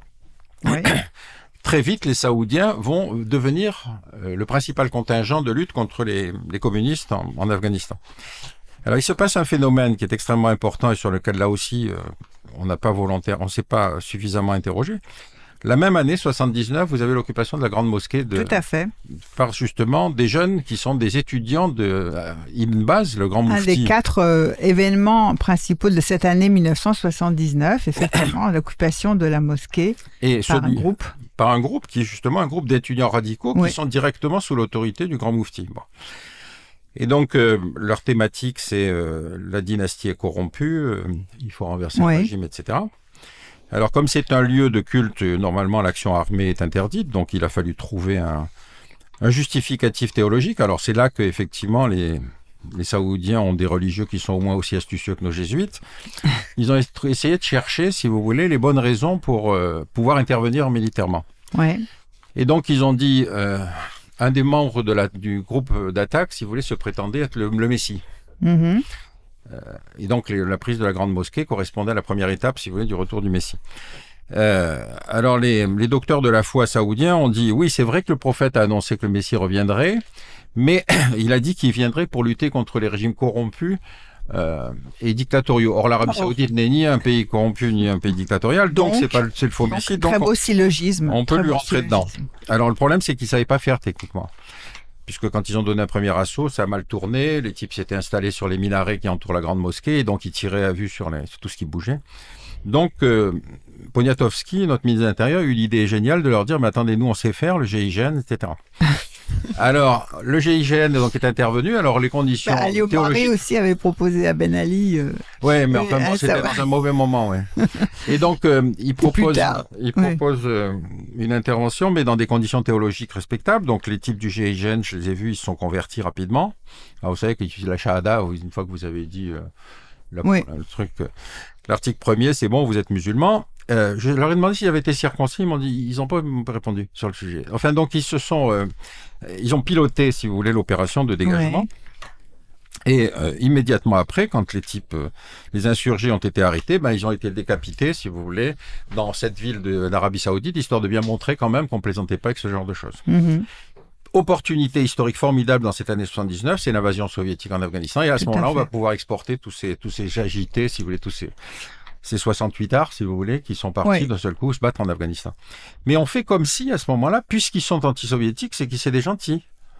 oui. très vite, les Saoudiens vont devenir euh, le principal contingent de lutte contre les, les communistes en, en Afghanistan. Alors, il se passe un phénomène qui est extrêmement important et sur lequel, là aussi, euh, on n'a pas volontaire, on ne s'est pas suffisamment interrogé. La même année, soixante-dix-neuf, vous avez l'occupation de la grande mosquée de... Tout à fait. Par justement des jeunes qui sont des étudiants de euh, Ibn Baz, le grand moufti. Un des quatre euh, événements principaux de cette année mille neuf cent soixante-dix-neuf, effectivement, l'occupation de la mosquée et par celui, un groupe. Par un groupe qui est justement un groupe d'étudiants radicaux oui. qui sont directement sous l'autorité du grand moufti. Bon. Et donc, euh, leur thématique, c'est euh, la dynastie est corrompue, euh, il faut renverser oui. le régime, et cetera. Alors, comme c'est un lieu de culte, normalement, l'action armée est interdite, donc il a fallu trouver un, un justificatif théologique. Alors, c'est là qu'effectivement, les, les Saoudiens ont des religieux qui sont au moins aussi astucieux que nos jésuites. Ils ont essayé de chercher, si vous voulez, les bonnes raisons pour euh, pouvoir intervenir militairement. Ouais. Et donc, ils ont dit... Euh, un des membres de la, du groupe d'attaque, si vous voulez, se prétendait être le, le Messie. Mmh. Euh, et donc, les, la prise de la Grande Mosquée correspondait à la première étape, si vous voulez, du retour du Messie. Euh, alors, les, les docteurs de la foi saoudiens ont dit, oui, c'est vrai que le prophète a annoncé que le Messie reviendrait, mais il a dit qu'il viendrait pour lutter contre les régimes corrompus euh, et dictatoriaux. Or, l'Arabie saoudite n'est ni un pays corrompu, ni un pays dictatorial, donc, donc c'est pas c'est le faux donc, Messie. Donc, très beau syllogisme. On peut lui beau rentrer dedans. Alors, le problème, c'est qu'ils ne savaient pas faire techniquement. Puisque quand ils ont donné un premier assaut, ça a mal tourné. Les types s'étaient installés sur les minarets qui entourent la grande mosquée, et donc ils tiraient à vue sur, les, sur tout ce qui bougeait. Donc, euh, Poniatowski, notre ministre de l'Intérieur, a eu l'idée géniale de leur dire, mais attendez, nous on sait faire, le G I G N, et cetera. Alors, le G I G N donc, est intervenu. Alors, les conditions bah, Ali théologiques... aussi avait proposé à Ben Ali... Euh... Oui, mais enfin, bon, c'était dans un mauvais moment. Ouais. Et donc, euh, il propose, il propose ouais. euh, une intervention, mais dans des conditions théologiques respectables. Donc, les types du G I G N, je les ai vus, ils se sont convertis rapidement. Alors, vous savez que la shahada, une fois que vous avez dit euh, la, oui. le truc... Euh, l'article premier, c'est bon, vous êtes musulman. Euh, je leur ai demandé s'ils avaient été circoncis, ils m'ont dit, ils n'ont pas répondu sur le sujet. Enfin, donc ils se sont, euh, ils ont piloté, si vous voulez, l'opération de dégagement. Ouais. Et euh, immédiatement après, quand les types, euh, les insurgés ont été arrêtés, ben ils ont été décapités, si vous voulez, dans cette ville de, d'Arabie Saoudite, histoire de bien montrer quand même qu'on plaisantait pas avec ce genre de choses. Mm-hmm. Opportunité historique formidable dans cette année soixante-dix-neuf, c'est l'invasion soviétique en Afghanistan. Et à ce moment-là, on va pouvoir exporter tous ces, tous ces agités, si vous voulez, tous ces ces soixante-huit arts, si vous voulez, qui sont partis oui. d'un seul coup se battre en Afghanistan. Mais on fait comme si, à ce moment-là, puisqu'ils sont anti-soviétiques, c'est qu'ils c'est des gentils.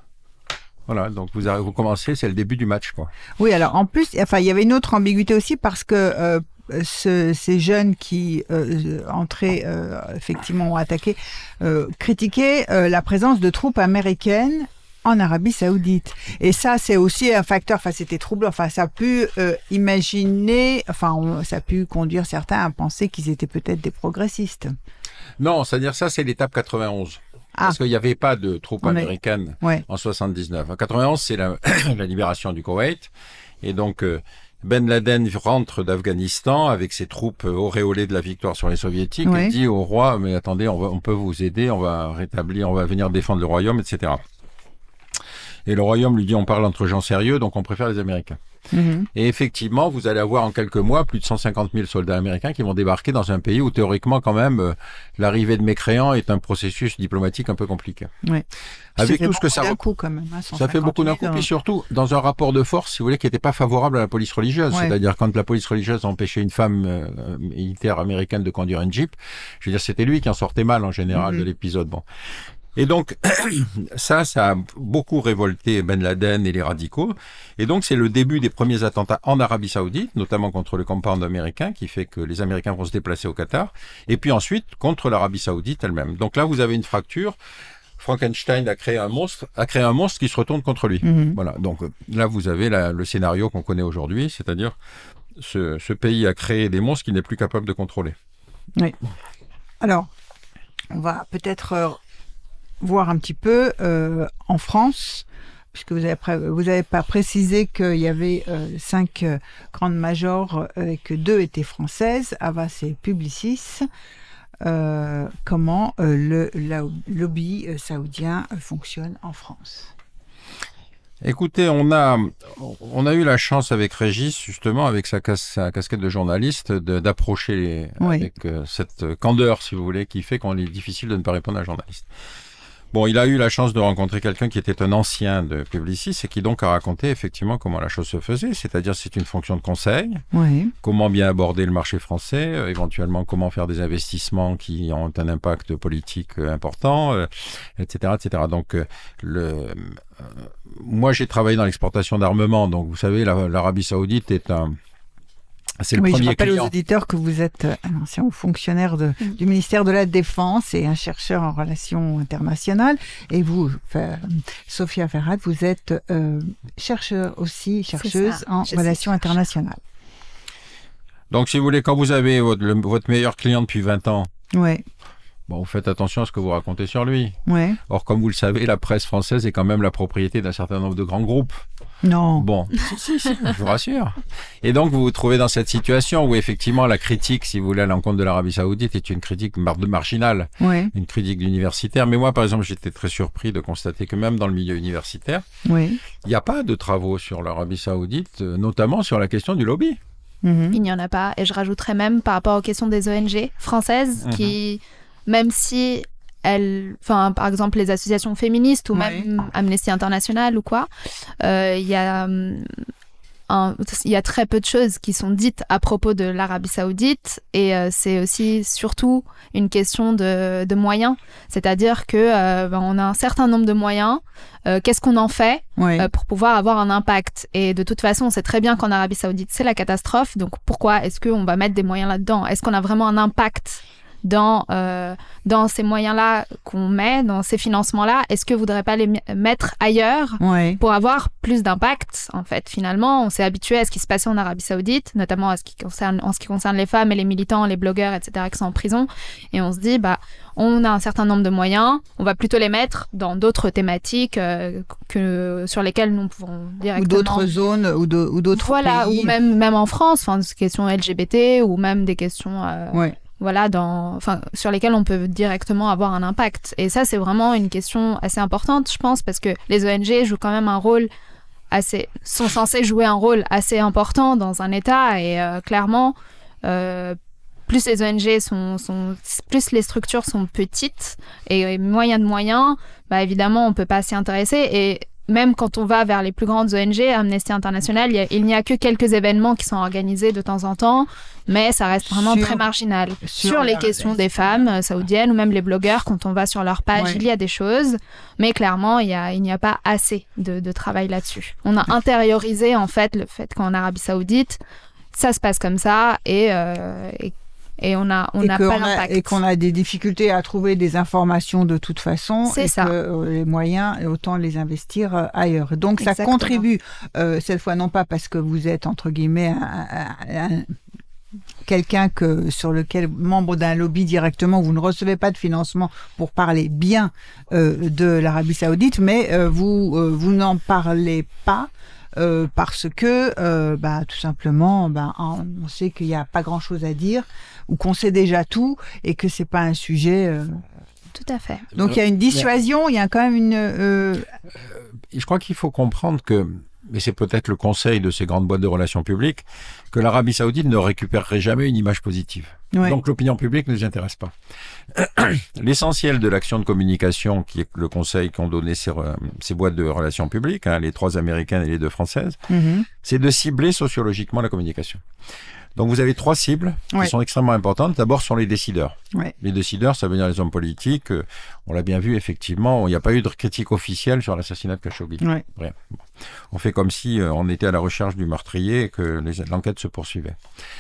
Voilà, donc vous, vous commencez, c'est le début du match, quoi. Oui, alors en plus, enfin, il y avait une autre ambiguïté aussi parce que euh, ce, ces jeunes qui euh, entraient, euh, effectivement, ont attaqué, euh, critiquaient euh, la présence de troupes américaines en Arabie Saoudite. Et ça, c'est aussi un facteur, enfin, c'était troublant. Enfin, ça a pu euh, imaginer, enfin, on, ça a pu conduire certains à penser qu'ils étaient peut-être des progressistes. Non, c'est-à-dire ça, c'est l'étape quatre-vingt-onze. Ah. Parce qu'il n'y avait pas de troupes on américaines est... ouais. en soixante-dix-neuf. En quatre-vingt-onze, c'est la, la libération du Koweït. Et donc, euh, Ben Laden rentre d'Afghanistan avec ses troupes auréolées de la victoire sur les soviétiques ouais. et dit au roi, mais attendez, on, va, on peut vous aider, on va rétablir, on va venir défendre le royaume, et cetera. Et le royaume lui dit, on parle entre gens sérieux, donc on préfère les Américains. Mmh. Et effectivement, vous allez avoir en quelques mois plus de cent cinquante mille soldats américains qui vont débarquer dans un pays où théoriquement, quand même, euh, l'arrivée de mécréants est un processus diplomatique un peu compliqué. Oui. Avec tout ce que ça d'un coup, quand même, hein, ça fait beaucoup d'un coup, puis surtout dans un rapport de force, si vous voulez, qui n'était pas favorable à la police religieuse. Ouais. C'est-à-dire quand la police religieuse empêchait une femme euh, militaire américaine de conduire une Jeep, je veux dire, c'était lui qui en sortait mal en général mmh. de l'épisode. Bon. Et donc, ça, ça a beaucoup révolté Ben Laden et les radicaux. Et donc, c'est le début des premiers attentats en Arabie Saoudite, notamment contre le compound américain, qui fait que les Américains vont se déplacer au Qatar. Et puis ensuite, contre l'Arabie Saoudite elle-même. Donc là, vous avez une fracture. Frankenstein a créé un monstre, a créé un monstre qui se retourne contre lui. Mmh. Voilà. Donc là, vous avez la, le scénario qu'on connaît aujourd'hui, c'est-à-dire ce, ce pays a créé des monstres qu'il n'est plus capable de contrôler. Oui. Alors, on va peut-être... Euh... voir un petit peu euh, en France, puisque vous n'avez vous avez pas précisé qu'il y avait euh, cinq euh, grandes majors euh, et que deux étaient françaises, Havas et Publicis. Euh, comment euh, le la, lobby euh, saoudien euh, fonctionne en France? Écoutez, on a, on a eu la chance avec Régis, justement, avec sa, cas, sa casquette de journaliste, de, d'approcher les, oui. avec euh, cette candeur, si vous voulez, qui fait qu'on est difficile de ne pas répondre à un journaliste. Bon, il a eu la chance de rencontrer quelqu'un qui était un ancien de Publicis et qui donc a raconté effectivement comment la chose se faisait, c'est-à-dire c'est une fonction de conseil, oui. comment bien aborder le marché français, euh, éventuellement comment faire des investissements qui ont un impact politique euh, important, euh, et cetera, et cetera. Donc, euh, le, euh, moi j'ai travaillé dans l'exportation d'armement, donc vous savez, la, l'Arabie Saoudite est un... C'est le oui, premier je rappelle client. aux auditeurs que vous êtes un ancien haut fonctionnaire de, du ministère de la Défense et un chercheur en relations internationales. Et vous, Sophia Ferhat, vous êtes euh, chercheur aussi, chercheuse en je relations internationales. Donc, si vous voulez, quand vous avez votre, le, votre meilleur client depuis vingt ans, ouais. bon, vous faites attention à ce que vous racontez sur lui. Ouais. Or, comme vous le savez, la presse française est quand même la propriété d'un certain nombre de grands groupes. Non. Bon, si, si, si, je vous rassure. Et donc, vous vous trouvez dans cette situation où, effectivement, la critique, si vous voulez, à l'encontre de l'Arabie Saoudite est une critique mar- de marginale, Oui. une critique d'universitaire. Mais moi, par exemple, j'étais très surpris de constater que même dans le milieu universitaire, Oui. il n'y a pas de travaux sur l'Arabie Saoudite, euh, notamment sur la question du lobby. Mhm. Il n'y en a pas. Et je rajouterais même par rapport aux questions des O N G françaises, Mhm. qui, même si elles, enfin, par exemple, les associations féministes ou Oui. même Amnesty International ou quoi, euh, il y a hum, un- il y a très peu de choses qui sont dites à propos de l'Arabie Saoudite, et euh, c'est aussi surtout une question de, de moyens. C'est-à-dire que euh, ben, on a un certain nombre de moyens. Euh, qu'est-ce qu'on en fait Oui. euh, pour pouvoir avoir un impact? Et de toute façon, on sait très bien qu'en Arabie Saoudite, c'est la catastrophe. Donc pourquoi est-ce qu'on va mettre des moyens là-dedans? Est-ce qu'on a vraiment un impact dans, euh, dans ces moyens-là qu'on met, dans ces financements-là? Est-ce que vous ne voudrez pas les mi- mettre ailleurs Oui. pour avoir plus d'impact? En fait, finalement, on s'est habitué à ce qui se passait en Arabie Saoudite, notamment à ce qui concerne, en ce qui concerne les femmes et les militants, les blogueurs, et cetera, qui sont en prison. Et on se dit, bah, on a un certain nombre de moyens, on va plutôt les mettre dans d'autres thématiques euh, que, sur lesquelles nous pouvons Ou directement... d'autres zones ou, de- ou d'autres Voilà, pays. ou même, même en France, enfin, des questions L G B T ou même des questions... euh, Oui. voilà, dans, enfin, sur lesquels on peut directement avoir un impact. Et ça, c'est vraiment une question assez importante, je pense, parce que les O N G jouent quand même un rôle assez, sont censés jouer un rôle assez important dans un État, et euh, clairement, euh, plus les O N G sont, sont, plus les structures sont petites et, et moyen de moyens, bah évidemment, on peut pas s'y intéresser. Et même quand on va vers les plus grandes O N G, Amnesty International, il, y a, il n'y a que quelques événements qui sont organisés de temps en temps, mais ça reste vraiment Sur- très marginal. sur Sur, les la- questions des femmes euh, saoudiennes ou même les blogueurs, quand on va sur leur page, Ouais. il y a des choses, mais clairement, il y a, il n'y a pas assez de, de travail là-dessus. On a intériorisé en fait le fait qu'en Arabie Saoudite, ça se passe comme ça, et, euh, et, et on a, on et n'a qu'on pas a- l'impact. et qu'on a des difficultés à trouver des informations de toute façon. C'est et ça. que euh, les moyens, autant les investir euh, ailleurs. Et donc, ça Exactement. contribue, euh, cette fois, non pas parce que vous êtes, entre guillemets, un- un- un- quelqu'un que, sur lequel, membre d'un lobby directement, vous ne recevez pas de financement pour parler bien euh, de l'Arabie Saoudite, mais euh, vous, euh, vous n'en parlez pas euh, parce que, euh, bah, tout simplement, bah, on sait qu'il n'y a pas grand-chose à dire ou qu'on sait déjà tout et que c'est pas un sujet. euh. Tout à fait. Donc il y a une dissuasion, il y a quand même une. euh, Et je crois qu'il faut comprendre que, mais c'est peut-être le conseil de ces grandes boîtes de relations publiques, que l'Arabie Saoudite ne récupérerait jamais une image positive. ouais. Donc l'opinion publique ne nous intéresse pas. L'essentiel de l'action de communication, qui est le conseil qu'ont donné ces, re- ces boîtes de relations publiques, hein, les trois américaines et les deux françaises, Mhm. c'est de cibler sociologiquement la communication. Donc vous avez trois cibles qui Ouais. sont extrêmement importantes. D'abord sur les décideurs. Ouais. Les décideurs, ça veut dire les hommes politiques. Euh, On l'a bien vu, effectivement, il n'y a pas eu de critique officielle sur l'assassinat de Khashoggi. Ouais. Rien. Bon. On fait comme si euh, on était à la recherche du meurtrier et que les- l'enquête se poursuivait.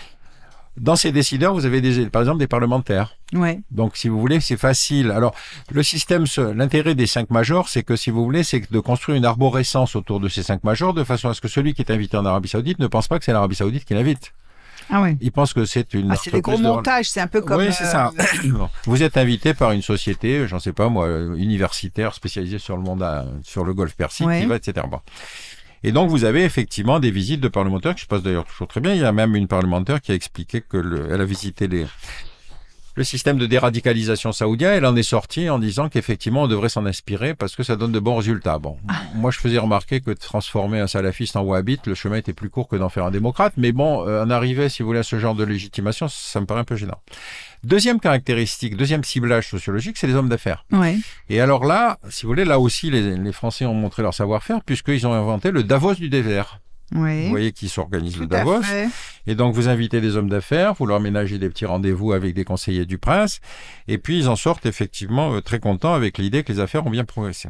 Dans ces décideurs, vous avez des, par exemple des parlementaires. Ouais. Donc, si vous voulez, c'est facile. Alors, le système, se- l'intérêt des cinq majors, c'est que, si vous voulez, c'est de construire une arborescence autour de ces cinq majors, de façon à ce que celui qui est invité en Arabie Saoudite ne pense pas que c'est l'Arabie Saoudite qui l'invite. Ah ouais. Il pense que c'est une Ah, c'est des gros entreprise de- montages, c'est un peu comme. Oui, c'est ça. euh, Bon. Vous êtes invité par une société, j'en sais pas moi, universitaire spécialisée sur le monde, à- sur le Golfe Persique, Ouais. qui va, et cetera. Bon. Et donc, vous avez effectivement des visites de parlementaires qui se passent d'ailleurs toujours très bien. Il y a même une parlementaire qui a expliqué qu'elle a visité les, le système de déradicalisation saoudien. Elle en est sortie en disant qu'effectivement, on devrait s'en inspirer parce que ça donne de bons résultats. Bon, moi, je faisais remarquer que de transformer un salafiste en wahhabite, le chemin était plus court que d'en faire un démocrate. Mais bon, euh, en arriver, si vous voulez, à ce genre de légitimation, ça me paraît un peu gênant. Deuxième caractéristique, deuxième ciblage sociologique, c'est les hommes d'affaires. Ouais. Et alors là, si vous voulez, là aussi, les, les Français ont montré leur savoir-faire puisqu'ils ont inventé le Davos du désert. Ouais. Vous voyez qui s'organise le Tout à Davos. fait. Et donc, vous invitez des hommes d'affaires, vous leur ménagez des petits rendez-vous avec des conseillers du prince, et puis ils en sortent effectivement euh, très contents avec l'idée que les affaires ont bien progressé.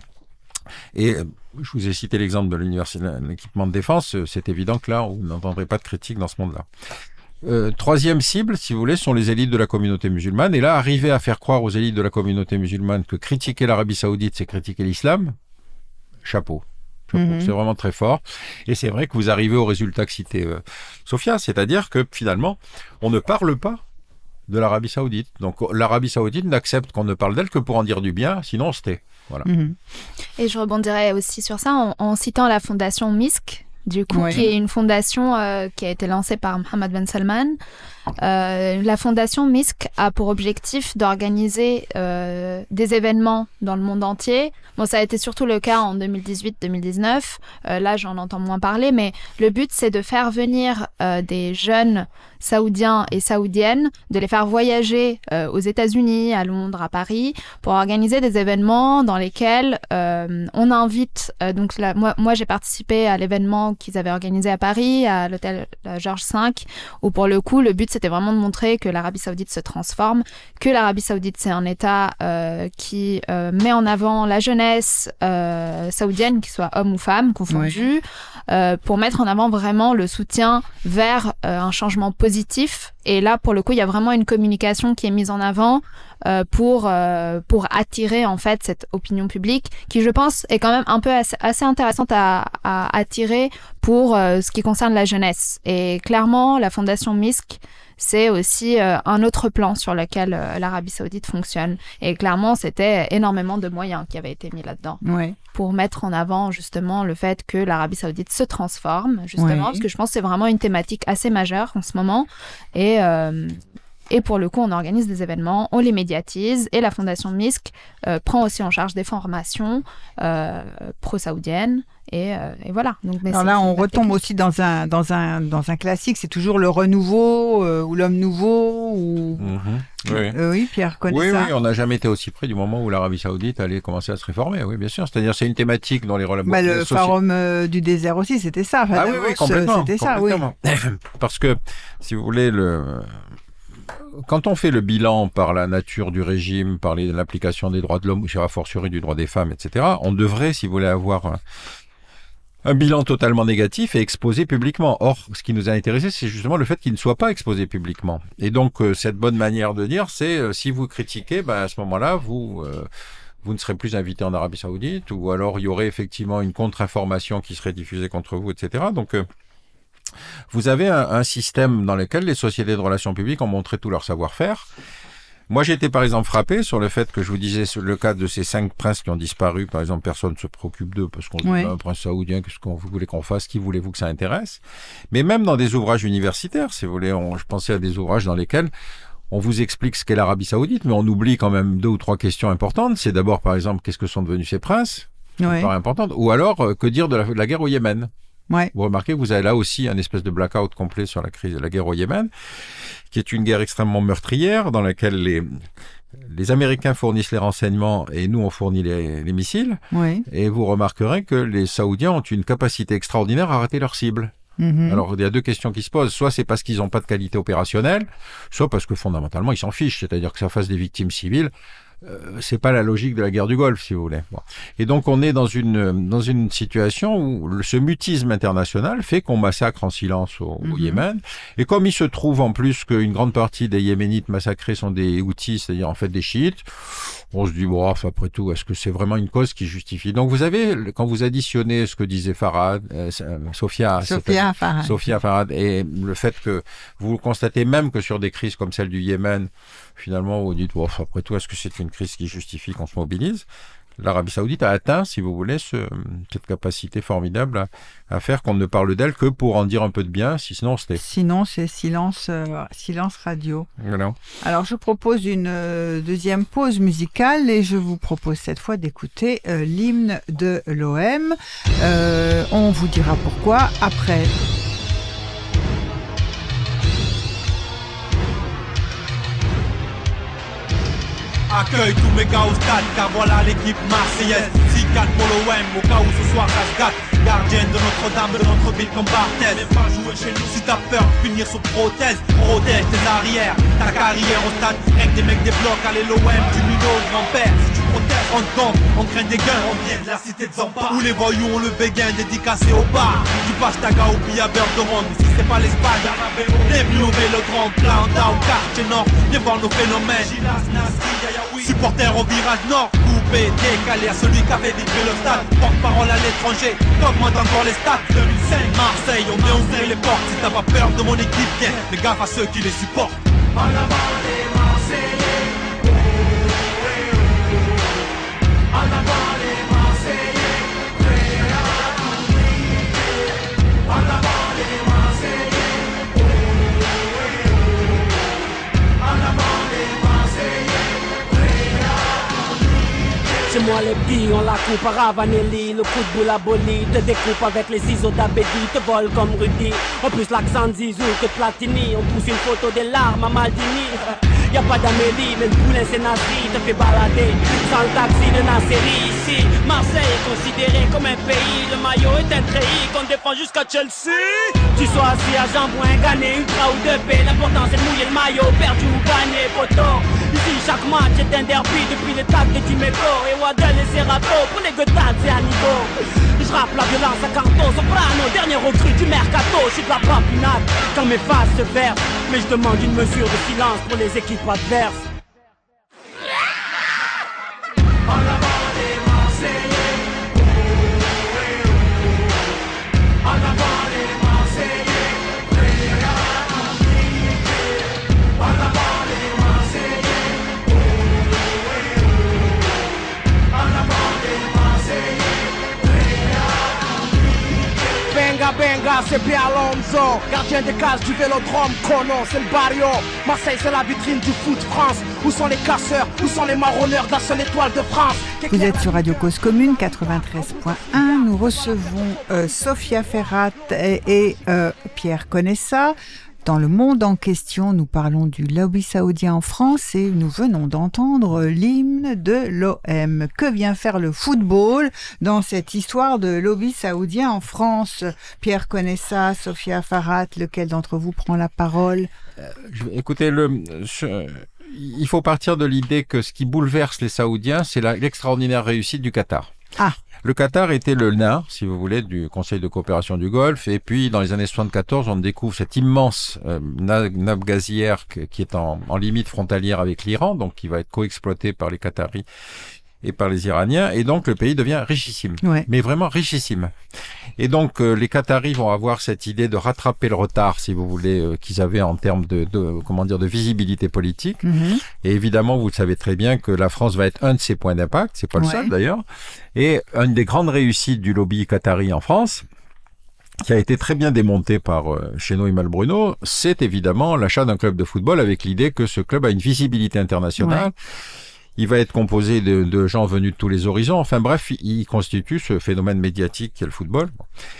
Et euh, je vous ai cité l'exemple de l'université, l'équipement de défense, euh, c'est évident que là, vous n'entendrez pas de critique dans ce monde-là. Euh, troisième cible, si vous voulez, sont les élites de la communauté musulmane. Et là, arriver à faire croire aux élites de la communauté musulmane que critiquer l'Arabie Saoudite, c'est critiquer l'islam, chapeau. Chapeau. Mhm. C'est vraiment très fort. Et c'est vrai que vous arrivez au résultat que citait euh, Sophia, c'est-à-dire que finalement, on ne parle pas de l'Arabie Saoudite. Donc l'Arabie Saoudite n'accepte qu'on ne parle d'elle que pour en dire du bien, sinon on se tait. Voilà. Mmh. Et je rebondirais aussi sur ça en, en citant la fondation M I S C, du coup, ouais. qui est une fondation euh, qui a été lancée par Mohammed Ben Salman. Euh, la fondation M I S C a pour objectif d'organiser euh, des événements dans le monde entier. Bon, ça a été surtout le cas en deux mille dix-huit deux mille dix-neuf. Euh, là, j'en entends moins parler, mais le but, c'est de faire venir euh, des jeunes saoudiens et saoudiennes, de les faire voyager euh, aux États-Unis, à Londres, à Paris, pour organiser des événements dans lesquels euh, on invite. Euh, donc, là, moi, moi, j'ai participé à l'événement qu'ils avaient organisé à Paris, à l'hôtel Georges cinq, où pour le coup, le but, c'était vraiment de montrer que l'Arabie Saoudite se transforme, que l'Arabie Saoudite, c'est un État euh, qui euh, met en avant la jeunesse euh, saoudienne, qu'il soit homme ou femme, confondue, ouais. euh, pour mettre en avant vraiment le soutien vers euh, un changement positif. Et là, pour le coup, il y a vraiment une communication qui est mise en avant euh, pour, euh, pour attirer, en fait, cette opinion publique qui, je pense, est quand même un peu assez, assez intéressante à, à attirer pour euh, ce qui concerne la jeunesse. Et clairement, la fondation M I S C, c'est aussi euh, un autre plan sur lequel euh, l'Arabie Saoudite fonctionne. Et clairement, c'était énormément de moyens qui avaient été mis là-dedans. Ouais. Pour mettre en avant justement le fait que l'Arabie Saoudite se transforme, justement, oui. parce que je pense que c'est vraiment une thématique assez majeure en ce moment. Et, euh, et pour le coup, on organise des événements, on les médiatise, et la fondation M I S C euh, prend aussi en charge des formations euh, pro-saoudiennes. Et, euh, et voilà. Donc, mais Alors là, on retombe technique. aussi dans un, dans, un, dans un classique, c'est toujours le renouveau euh, ou l'homme nouveau. Ou... Mmh. Oui. Euh, oui, Pierre connaît oui, ça. Oui, on n'a jamais été aussi près du moment où l'Arabie Saoudite allait commencer à se réformer, oui, bien sûr. C'est-à-dire, c'est une thématique dans les relations. Bah, le forum euh, du désert aussi, c'était ça. Ah oui, oui, complètement. C'était complètement. ça, oui. Parce que, si vous voulez, le... quand on fait le bilan par la nature du régime, par les... l'application des droits de l'homme, ou a fortiori du droit des femmes, et cetera, on devrait, si vous voulez, avoir un bilan totalement négatif et exposé publiquement. Or, ce qui nous a intéressé, c'est justement le fait qu'il ne soit pas exposé publiquement. Et donc, euh, cette bonne manière de dire, c'est euh, si vous critiquez, ben, à ce moment-là, vous, euh, vous ne serez plus invité en Arabie Saoudite, ou alors il y aurait effectivement une contre-information qui serait diffusée contre vous, et cetera. Donc, euh, vous avez un, un système dans lequel les sociétés de relations publiques ont montré tout leur savoir-faire. Moi, j'ai été par exemple frappé sur le fait que je vous disais sur le cas de ces cinq princes qui ont disparu. Par exemple, personne ne se préoccupe d'eux parce qu'on oui. dit un prince saoudien, qu'est-ce qu'on voulait qu'on fasse, qui voulez-vous que ça intéresse? Mais même dans des ouvrages universitaires, si vous voulez, on, je pensais à des ouvrages dans lesquels on vous explique ce qu'est l'Arabie Saoudite, mais on oublie quand même deux ou trois questions importantes. C'est d'abord, par exemple, qu'est-ce que sont devenus ces princes? Oui. C'est importante. Ou alors, euh, que dire de la, de la guerre au Yémen? Ouais. Vous remarquez que vous avez là aussi un espèce de blackout complet sur la crise de la guerre au Yémen, qui est une guerre extrêmement meurtrière dans laquelle les, les Américains fournissent les renseignements et nous on fournit les, les missiles. Oui. Et vous remarquerez que les Saoudiens ont une capacité extraordinaire à rater leur cible. Mmh. Alors, il y a deux questions qui se posent. Soit c'est parce qu'ils n'ont pas de qualité opérationnelle, soit parce que fondamentalement, ils s'en fichent. C'est-à-dire que ça fasse des victimes civiles. Euh, c'est pas la logique de la guerre du Golfe, si vous voulez. Bon. Et donc, on est dans une, dans une situation où le, ce mutisme international fait qu'on massacre en silence au, mmh. au Yémen. Et comme il se trouve en plus qu'une grande partie des Yéménites massacrés sont des Houthis, c'est-à-dire en fait des chiites, on se dit, bon, après tout, est-ce que c'est vraiment une cause qui justifie? Donc, vous avez, quand vous additionnez ce que disait Farhad, euh, Sophia, Sophia Farhad. Sophia Farhad, et le fait que vous constatez même que sur des crises comme celle du Yémen, finalement, vous dites, bon, après tout, est-ce que c'est une crise qui justifie qu'on se mobilise? L'Arabie Saoudite a atteint, si vous voulez, ce, cette capacité formidable à, à faire qu'on ne parle d'elle que pour en dire un peu de bien, si sinon c'était... Sinon, c'est silence, euh, silence radio. Voilà. Alors, je propose une euh, deuxième pause musicale et je vous propose cette fois d'écouter euh, l'hymne de l'O M. Euh, on vous dira pourquoi après... Accueille tous mes gars au stade, car voilà l'équipe marseillaise. six quatre pour l'O M, au cas où ce soir ça se gâte. Gardienne de Notre-Dame, de notre ville comme Barthez. Même pas jouer chez nous si t'as peur, punir sous prothèse. Protège tes arrières, ta carrière au stade. Rien que des mecs débloquent, allez l'O M, du minot au grand-père. Si tu protèges, on te compte, on craint des guns. On vient de la cité de Zampa, où les voyous ont le béguin dédicacé au bar. Du pastaka au billabeur de ronde, mais si c'est pas l'Espagne, bienvenue au Vélodrome, Planta au quartier nord. Viens voir nos phénomènes. Supporters au virage nord, coupé, décalé à celui qui a fait vibrer le stade. Porte-parole à l'étranger, augmente encore les stats. deux mille cinq, Marseille, on vient ouvrir les portes. Si t'as pas peur de mon équipe, viens, fais gaffe à ceux qui les supportent. En avant les Marseillais, oh, oh, oh, oh. En avant Rudy, on la coupe à Ravanelli, le coup de boule aboli, te découpe avec les ciseaux d'Abedi, te vole comme Rudy. En plus l'accent de Zizou que de Platini, on pousse une photo des larmes à Maldini. Y'a pas d'Amélie, même Poulain c'est Nasri, te fait balader sans le taxi de Nasseri. Ici, Marseille est considéré comme un pays, le maillot est un treillis qu'on défend jusqu'à Chelsea. Tu sois assis à Jean-Bouin, gagner ultra ou deux P, l'important c'est de mouiller le maillot, perdu ou gagné, poteau. Ici chaque match est un derby depuis le tag de Dimeco et Waddell et Serrato pour les Gothard c'est à niveau. Je rappe la violence à Canto, Soprano, dernier recrue du mercato. Je suis de la papinade quand mes faces se versent, mais je demande une mesure de silence pour les équipes adverses. En avant les Marseillais, oh, oh, oh. En avant les Marseillais, prêts à tout niquer. En avant les Marseillais, oh, oh, oh. En avant les Marseillais, prêts à tout niquer. Benga benga, c'est bien Alonso, gardien des cases du Vélodrome, Conon, c'est le barrio. Marseille, c'est la vitrine du foot France. Où sont les casseurs? Où sont les marronneurs de la seule étoile de France? Vous êtes sur Radio Cause Commune quatre-vingt-treize point un. Nous recevons euh, Sophia Ferrat et, et euh, Pierre Conessa. Dans le monde en question, nous parlons du lobby saoudien en France et nous venons d'entendre l'hymne de l'O M. Que vient faire le football dans cette histoire de lobby saoudien en France? Pierre Conessa, Sophia Ferrat, lequel d'entre vous prend la parole? euh, Écoutez, le... Je... il faut partir de l'idée que ce qui bouleverse les Saoudiens, c'est la, l'extraordinaire réussite du Qatar. Ah. Le Qatar était le nain, si vous voulez, du Conseil de coopération du Golfe. Et puis, dans les années soixante-quatorze, on découvre cette immense euh, nappe gazière qui est en, en limite frontalière avec l'Iran, donc qui va être coexploitée par les Qataris et par les Iraniens. Et donc, le pays devient richissime. Ouais. Mais vraiment richissime. Et donc, euh, les Qataris vont avoir cette idée de rattraper le retard, si vous voulez, euh, qu'ils avaient en termes de, de, comment dire, de visibilité politique. Mm-hmm. Et évidemment, vous le savez très bien que la France va être un de ses points d'impact. C'est pas le ouais. seul, d'ailleurs. Et une des grandes réussites du lobby qatari en France, qui a été très bien démonté par euh, Chesneau et Malbruno, c'est évidemment l'achat d'un club de football avec l'idée que ce club a une visibilité internationale. Ouais. Il va être composé de, de gens venus de tous les horizons. Enfin bref, il constitue ce phénomène médiatique qu'est le football.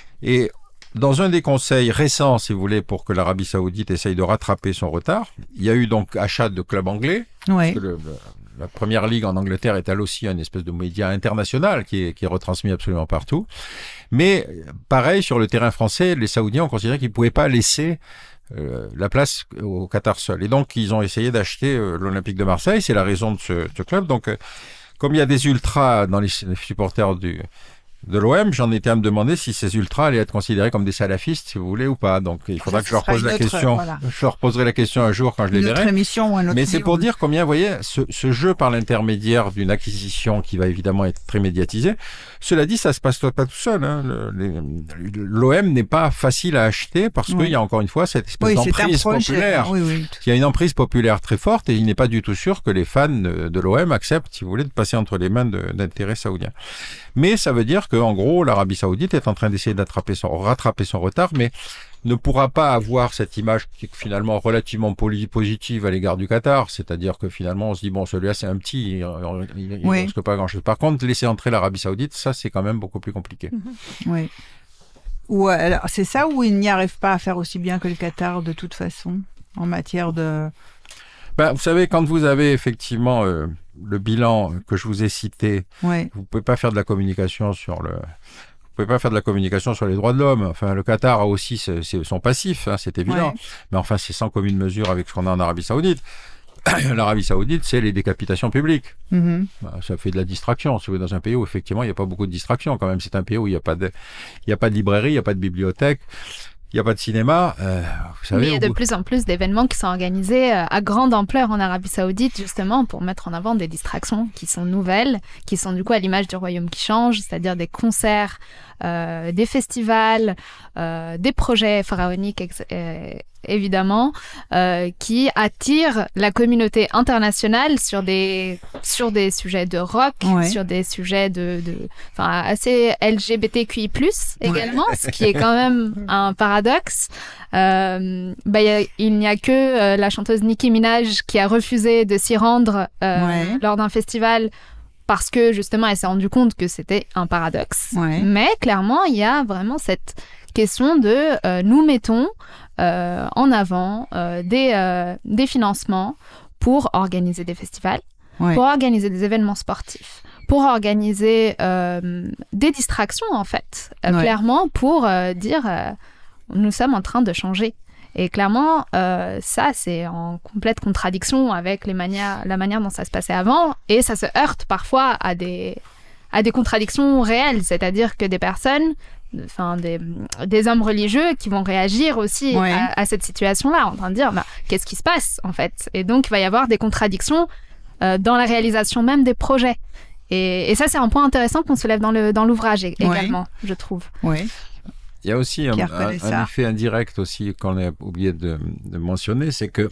Et dans un des conseils récents, si vous voulez, pour que l'Arabie Saoudite essaye de rattraper son retard, il y a eu donc achat de clubs anglais. Oui. Parce que le, le, la première ligue en Angleterre est elle aussi une espèce de média international qui est, qui est retransmis absolument partout. Mais pareil, sur le terrain français, les Saoudiens ont considéré qu'ils ne pouvaient pas laisser Euh, la place au Qatar seul. Et donc, ils ont essayé d'acheter euh, l'Olympique de Marseille. C'est la raison de ce, ce club. Donc, euh, comme il y a des ultras dans les, les supporters du, de l'O M, j'en étais à me demander si ces ultras allaient être considérés comme des salafistes, si vous voulez, ou pas. Donc, il faudra Ça, que je leur pose la autre, question. Voilà. Je leur poserai la question un jour quand je les verrai. Une autre émission ou un autre Mais c'est pour ou... dire combien, vous voyez, ce, ce jeu par l'intermédiaire d'une acquisition qui va évidemment être très médiatisée. Cela dit, ça se passe pas tout seul. Hein. L'O M n'est pas facile à acheter parce oui. qu'il y a encore une fois cette espèce oui, d'emprise populaire. Oui, oui. Il y a une emprise populaire très forte et il n'est pas du tout sûr que les fans de l'O M acceptent, si vous voulez, de passer entre les mains d'intérêts saoudiens. Mais ça veut dire qu'en gros, l'Arabie Saoudite est en train d'essayer d'attraper son, rattraper son retard, mais ne pourra pas avoir cette image qui est finalement relativement positive à l'égard du Qatar, c'est-à-dire que finalement on se dit bon, celui-là c'est un petit, il ne oui. risque pas grand-chose. Par contre, laisser entrer l'Arabie Saoudite, ça c'est quand même beaucoup plus compliqué. Mmh. Oui. Ou alors c'est ça où il n'y arrive pas à faire aussi bien que le Qatar de toute façon en matière de. Ben, vous savez, quand vous avez effectivement euh, le bilan que je vous ai cité, oui. vous ne pouvez pas faire de la communication sur le. Vous pouvez pas faire de la communication sur les droits de l'homme. Enfin, le Qatar a aussi ce, ce, son passif, hein, c'est évident. Ouais. Mais enfin, c'est sans commune mesure avec ce qu'on a en Arabie Saoudite. L'Arabie Saoudite, c'est les décapitations publiques. Mm-hmm. Ça fait de la distraction. Si vous êtes dans un pays où, effectivement, il n'y a pas beaucoup de distraction, quand même. C'est un pays où il n'y a pas de, il n'y a pas de librairie, il n'y a pas de bibliothèque. Il n'y a pas de cinéma, euh, vous savez. Mais il y a de bout... plus en plus d'événements qui sont organisés à grande ampleur en Arabie Saoudite, justement, pour mettre en avant des distractions qui sont nouvelles, qui sont du coup à l'image du royaume qui change, c'est-à-dire des concerts, euh, des festivals, euh, des projets pharaoniques, ex- euh, évidemment, euh, qui attirent la communauté internationale sur des, sur des sujets de rock, ouais. sur des sujets de, de, enfin, assez L G B T Q I plus, également, ouais. ce qui est quand même un paradoxe. Euh, bah, y a, il n'y a que euh, la chanteuse Nicki Minaj qui a refusé de s'y rendre euh, ouais. lors d'un festival parce que justement, elle s'est rendue compte que c'était un paradoxe. Ouais. Mais clairement, il y a vraiment cette question de euh, nous mettons euh, en avant euh, des, euh, des financements pour organiser des festivals, Ouais. pour organiser des événements sportifs, pour organiser euh, des distractions, en fait. Euh, Ouais. Clairement, pour euh, dire euh, nous sommes en train de changer. Et clairement, euh, ça, c'est en complète contradiction avec les manières, la manière dont ça se passait avant. Et ça se heurte parfois à des, à des contradictions réelles. C'est-à-dire que des personnes, enfin des, des hommes religieux qui vont réagir aussi Ouais. à, à cette situation-là, en train de dire bah, qu'est-ce qui se passe, en fait. Et donc, il va y avoir des contradictions euh, dans la réalisation même des projets. Et, et ça, c'est un point intéressant qu'on soulève dans, le, dans l'ouvrage ég- Ouais. également, je trouve. Ouais. Il y a aussi un, Pierre un- connaît un ça. effet indirect aussi qu'on a oublié de, de mentionner, c'est que, euh,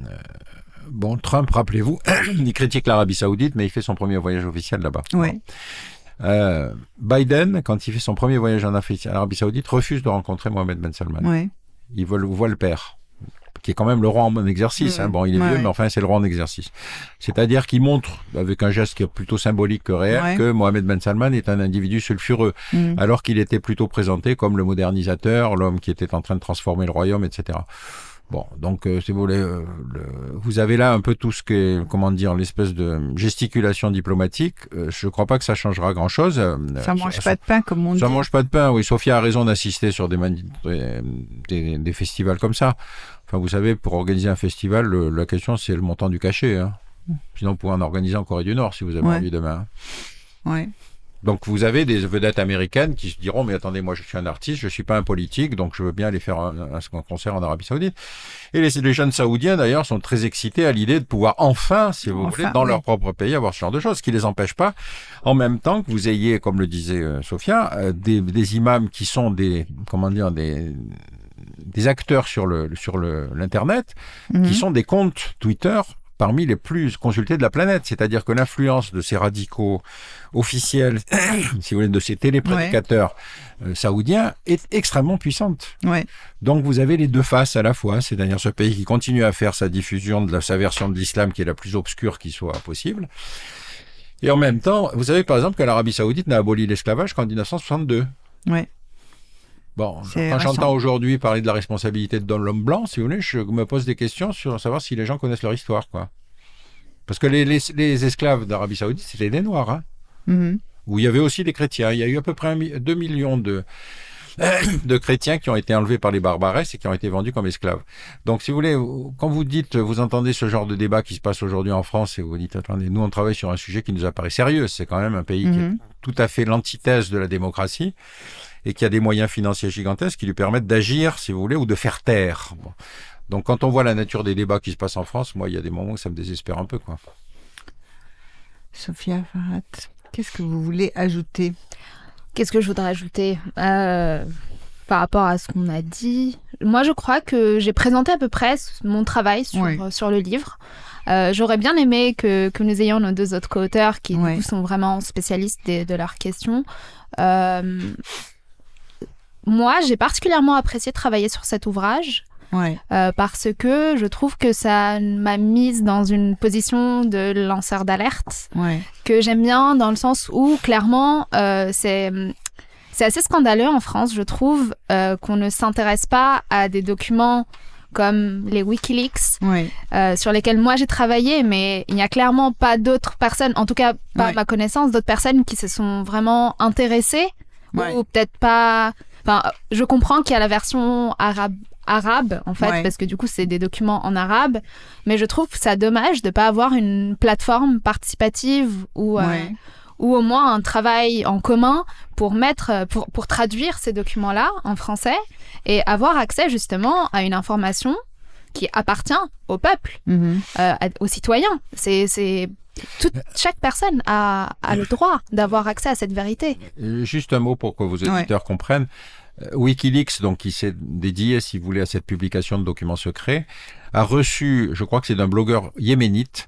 bon, Trump, rappelez-vous, il critique l'Arabie Saoudite, mais il fait son premier voyage officiel là-bas. Ouais. Euh, Biden, quand il fait son premier voyage en Afri- en Arabie Saoudite, refuse de rencontrer Mohamed Ben Salman. Ouais. Il voit le, voit le père, qui est quand même le roi en exercice. Ouais. Hein. Bon, il est Ouais, vieux, ouais. mais enfin, c'est le roi en exercice. C'est-à-dire qu'il montre, avec un geste qui est plutôt symbolique que réel, Ouais. que Mohamed Ben Salman est un individu sulfureux, Mm. alors qu'il était plutôt présenté comme le modernisateur, l'homme qui était en train de transformer le royaume, et cetera. Bon, donc, euh, si vous voulez, euh, le- vous avez là un peu tout ce qui est, comment dire, l'espèce de gesticulation diplomatique. Euh, je ne crois pas que ça changera grand-chose. Euh, Ça mange pas de pain, comme on ça dit. mange pas de pain, oui. Sophia a raison d'assister sur des, mani- des, des- des festivals comme ça. Enfin, vous savez, pour organiser un festival, le- la question, c'est le montant du cachet. Hein. Sinon, vous pouvez en organiser en Corée du Nord, si vous avez Ouais. envie demain. Ouais. Donc, vous avez des vedettes américaines qui se diront, mais attendez, moi, je suis un artiste, je suis pas un politique, donc je veux bien aller faire un, un concert en Arabie Saoudite. Et les, les jeunes Saoudiens, d'ailleurs, sont très excités à l'idée de pouvoir enfin, si vous Enfin, voulez, dans oui. leur propre pays, avoir ce genre de choses, ce qui les empêche pas, en même temps que vous ayez, comme le disait euh, Sophia, euh, des, des imams qui sont des, comment dire, des, des acteurs sur le, sur le, l'internet, Mhm. qui sont des comptes Twitter parmi les plus consultés de la planète. C'est-à-dire que l'influence de ces radicaux officiels, si vous voulez, de ces téléprédicateurs euh, saoudiens est extrêmement puissante. Ouais. Donc vous avez les deux faces à la fois, c'est-à-dire ce pays qui continue à faire sa diffusion de la, sa version de l'islam qui est la plus obscure qui soit possible. Et en même temps, vous savez par exemple que l'Arabie Saoudite n'a aboli l'esclavage qu'en dix-neuf cent soixante-deux. Ouais. Bon, C'est quand récent. j'entends aujourd'hui parler de la responsabilité de l'homme blanc, si vous voulez, je me pose des questions sur savoir si les gens connaissent leur histoire, quoi. Parce que les, les, les esclaves d'Arabie Saoudite, c'était des Noirs, hein, Mhm. où il y avait aussi des chrétiens. Il y a eu à peu près un mi- deux millions de, de chrétiens qui ont été enlevés par les barbaresses et qui ont été vendus comme esclaves. Donc, si vous voulez, quand vous dites, vous entendez ce genre de débat qui se passe aujourd'hui en France et vous dites, attendez, nous on travaille sur un sujet qui nous apparaît sérieux. C'est quand même un pays qui est Mhm. tout à fait l'antithèse de la démocratie et qui a des moyens financiers gigantesques qui lui permettent d'agir, si vous voulez, ou de faire taire. Bon. Donc, quand on voit la nature des débats qui se passent en France, moi, il y a des moments où ça me désespère un peu, quoi. Sophia Farhat, qu'est-ce que vous voulez ajouter? Qu'est-ce que je voudrais ajouter euh, par rapport à ce qu'on a dit? Moi, je crois que j'ai présenté à peu près mon travail sur, Oui. sur le livre. Euh, j'aurais bien aimé que, que nous ayons nos deux autres co-auteurs qui Oui. du coup, sont vraiment spécialistes de, de leurs questions. Euh, moi, j'ai particulièrement apprécié travailler sur cet ouvrage. Ouais. Euh, parce que je trouve que ça m'a mise dans une position de lanceur d'alerte Ouais. que j'aime bien dans le sens où clairement euh, c'est c'est assez scandaleux en France, je trouve, euh, qu'on ne s'intéresse pas à des documents comme les Wikileaks Ouais. euh, sur lesquels moi j'ai travaillé, mais il n'y a clairement pas d'autres personnes, en tout cas pas à Ouais. ma connaissance, d'autres personnes qui se sont vraiment intéressées Ouais. ou peut-être pas. Enfin, je comprends qu'il y a la version arabe arabe en fait Ouais. parce que du coup c'est des documents en arabe, mais je trouve ça dommage de pas avoir une plateforme participative ou euh, Ouais. ou au moins un travail en commun pour mettre pour pour traduire ces documents là en français et avoir accès justement à une information qui appartient au peuple, Mhm. euh, à- aux citoyens. C'est c'est toute chaque personne a a le droit d'avoir accès à cette vérité. Euh, Juste un mot pour que vos auditeurs comprennent. Euh, Wikileaks, donc qui s'est dédié, si vous voulez, à cette publication de documents secrets, a reçu, je crois que c'est d'un blogueur yéménite,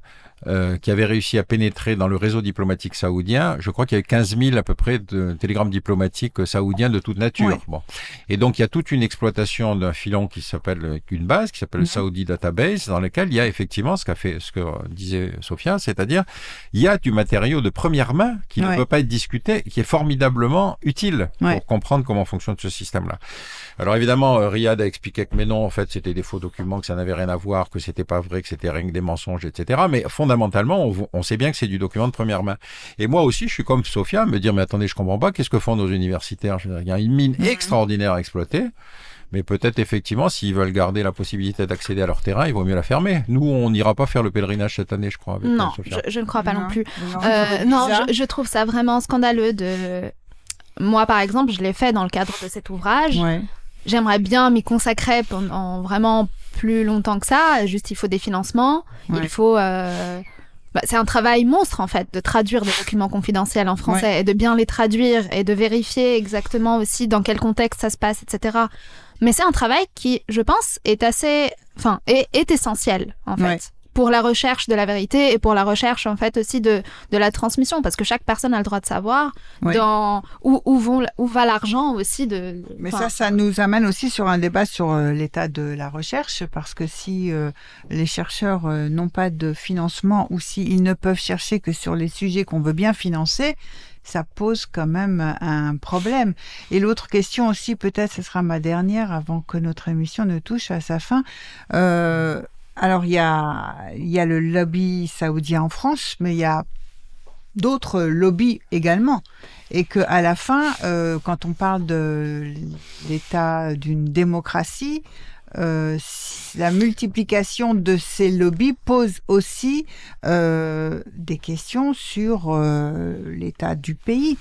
euh, qui avait réussi à pénétrer dans le réseau diplomatique saoudien. Je crois qu'il y avait quinze mille à peu près de télégrammes diplomatiques saoudiens de toute nature. Oui. Bon. Et donc, il y a toute une exploitation d'un filon qui s'appelle, une base qui s'appelle Mhm. le Saudi Database, dans lequel il y a effectivement ce qu'a fait, ce que disait Sophia, c'est-à-dire, il y a du matériau de première main qui Ouais. ne peut pas être discuté, qui est formidablement utile Ouais. pour comprendre comment fonctionne ce système-là. Alors évidemment, euh, Riyad a expliqué que mais non, en fait, c'était des faux documents, que ça n'avait rien à voir, que c'était pas vrai, que c'était rien que des mensonges, et cetera. Mais fondamentalement, on, on sait bien que c'est du document de première main. Et moi aussi, je suis comme Sophia, me dire, mais attendez, je comprends pas, qu'est-ce que font nos universitaires? Je veux dire, il y a une mine Mhm. extraordinaire à exploiter. Mais peut-être effectivement, s'ils veulent garder la possibilité d'accéder à leur terrain, il vaut mieux la fermer. Nous, on n'ira pas faire le pèlerinage cette année, je crois. Avec Non, euh, Sophia. je, je ne crois pas non, Non. plus. Non, Euh, c'est non, bizarre. je, je trouve ça vraiment scandaleux de... Moi, par exemple, je l'ai fait dans le cadre de cet ouvrage. Ouais. J'aimerais bien m'y consacrer pendant vraiment plus longtemps que ça. Juste, il faut des financements. Ouais. Il faut... euh, bah, c'est un travail monstre, en fait, de traduire des documents confidentiels en français et de bien les traduire et de vérifier exactement aussi dans quel contexte ça se passe, et cetera. Mais c'est un travail qui, je pense, est assez... Enfin, est, est essentiel, en fait. Ouais. Pour la recherche de la vérité et pour la recherche, en fait, aussi de, de la transmission. Parce que chaque personne a le droit de savoir Ouais. dans, où, où, vont, où va l'argent aussi de... Mais enfin, ça, ça nous amène aussi sur un débat sur euh, l'état de la recherche, parce que si euh, les chercheurs euh, n'ont pas de financement ou s'ils ne peuvent chercher que sur les sujets qu'on veut bien financer, ça pose quand même un problème. Et l'autre question aussi, peut-être ce sera ma dernière avant que notre émission ne touche à sa fin. Euh, alors, il y a, il y a le lobby saoudien en France, mais il y a d'autres lobbies également. Et qu'à la fin, euh, quand on parle de l'état d'une démocratie, euh, la multiplication de ces lobbies pose aussi euh, des questions sur euh, l'état du pays.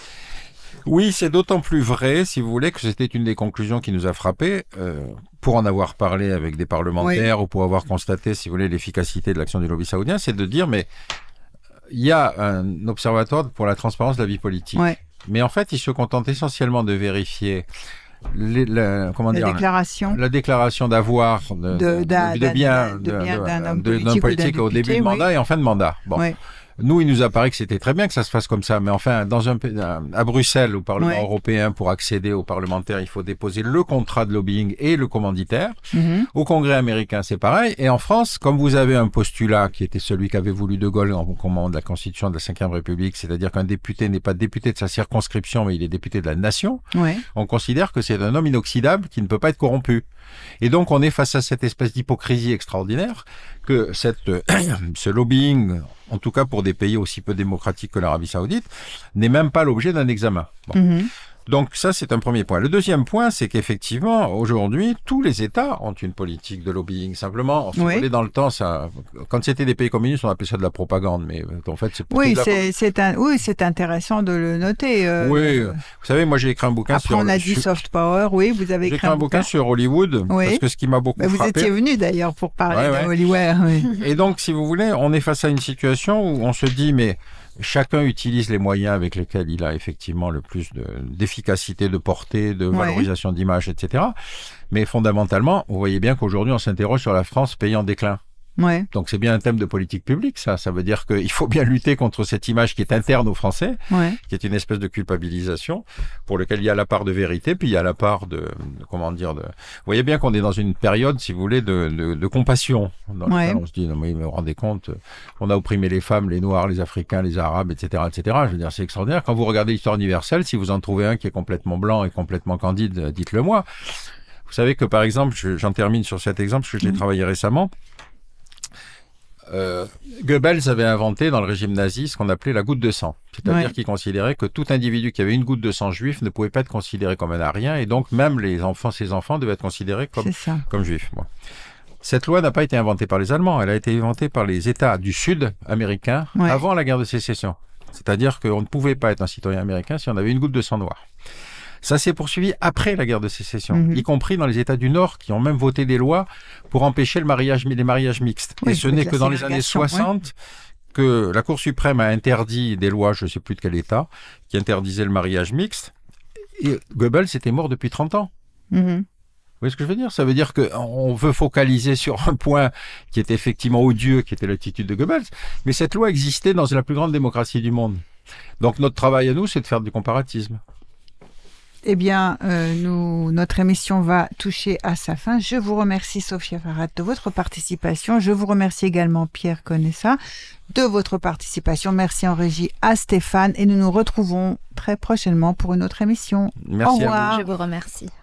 Oui, c'est d'autant plus vrai, si vous voulez, que c'était une des conclusions qui nous a frappés, euh, pour en avoir parlé avec des parlementaires ou pour avoir constaté, si vous voulez, l'efficacité de l'action du lobby saoudien, c'est de dire, mais il y a un observatoire pour la transparence de la vie politique. Ouais. Mais en fait, il se contente essentiellement de vérifier les, la, comment La dire, déclaration. la déclaration d'avoir de, De- de, d'un- de bien d'un- de bien d'un homme de- d'un politique ou politique d'un au début député, de mandat oui. et en fin de mandat. Bon. Ouais. Nous, il nous apparaît que c'était très bien que ça se fasse comme ça, mais enfin, dans un, à Bruxelles, au Parlement Ouais. européen, pour accéder aux parlementaires, il faut déposer le contrat de lobbying et le commanditaire. Mhm. Au Congrès américain, c'est pareil. Et en France, comme vous avez un postulat qui était celui qu'avait voulu De Gaulle en commande de la Constitution de la cinquième République, c'est-à-dire qu'un député n'est pas député de sa circonscription, mais il est député de la nation, Ouais. on considère que c'est un homme inoxydable qui ne peut pas être corrompu. Et donc, on est face à cette espèce d'hypocrisie extraordinaire que cette, ce lobbying, en tout cas pour des pays aussi peu démocratiques que l'Arabie Saoudite, n'est même pas l'objet d'un examen. Bon. Mhm. Donc ça, c'est un premier point. Le deuxième point, c'est qu'effectivement, aujourd'hui, tous les États ont une politique de lobbying. Simplement, si Oui. vous voulez, dans le temps, ça, quand c'était des pays communistes, on appelait ça de la propagande. Mais en fait, c'est plutôt Oui, de la... c'est, c'est un, oui, c'est intéressant de le noter. euh, Oui, vous savez, moi j'ai écrit un bouquin Après, sur... on a dit sur- soft power, oui, vous avez J'ai écrit écrit un bouquin sur Hollywood, Oui. parce que ce qui m'a beaucoup Bah, vous frappé... étiez venu d'ailleurs pour parler Ouais, ouais. de Hollywood. Oui. Et donc, si vous voulez, on est face à une situation où on se dit, mais chacun utilise les moyens avec lesquels il a effectivement le plus de, d'efficacité, de portée, de Ouais. valorisation d'image, et cetera. Mais fondamentalement, vous voyez bien qu'aujourd'hui, on s'interroge sur la France pays en déclin. Ouais. Donc, c'est bien un thème de politique publique, ça. Ça veut dire qu'il faut bien lutter contre cette image qui est interne aux Français, Ouais. qui est une espèce de culpabilisation, pour lequel il y a la part de vérité, puis il y a la part de, de- comment dire, de... Vous voyez bien qu'on est dans une période, si vous voulez, de, de, de compassion. Dans Ouais. laquelle on se dit, non, mais vous vous rendez compte, on a opprimé les femmes, les Noirs, les Africains, les Arabes, et cetera, et cetera. Je veux dire, c'est extraordinaire. Quand vous regardez l'histoire universelle, si vous en trouvez un qui est complètement blanc et complètement candide, euh, dites-le moi. Vous savez que, par exemple, je- j'en termine sur cet exemple, parce que j'ai Mhm. travaillé récemment. Euh, Goebbels avait inventé dans le régime nazi ce qu'on appelait la goutte de sang. C'est-à-dire Ouais. qu'il considérait que tout individu qui avait une goutte de sang juif ne pouvait pas être considéré comme un arien, et donc même les enfants, ses enfants devaient être considérés comme, C'est ça. comme juifs. Bon. Cette loi n'a pas été inventée par les Allemands, elle a été inventée par les États du Sud américains Ouais. avant la guerre de sécession. C'est-à-dire qu'on ne pouvait pas être un citoyen américain si on avait une goutte de sang noir. Ça s'est poursuivi après la guerre de sécession, Mhm. y compris dans les États du Nord qui ont même voté des lois pour empêcher le mariage, les mariages mixtes. Oui, Et ce avec n'est la que dans les années ségrégation, ouais. soixante que la Cour suprême a interdit des lois, je ne sais plus de quel État, qui interdisaient le mariage mixte. Et Goebbels était mort depuis trente ans. Mhm. voyez ce que je veux dire? Ça veut dire qu'on veut focaliser sur un point qui est effectivement odieux, qui était l'attitude de Goebbels, mais cette loi existait dans la plus grande démocratie du monde. Donc notre travail à nous, c'est de faire du comparatisme. Eh bien, euh, nous, notre émission va toucher à sa fin. Je vous remercie, Sophia Farad, de votre participation. Je vous remercie également, Pierre Conessa, de votre participation. Merci en régie à Stéphane et nous nous retrouvons très prochainement pour une autre émission. Merci. Au revoir. Je vous remercie.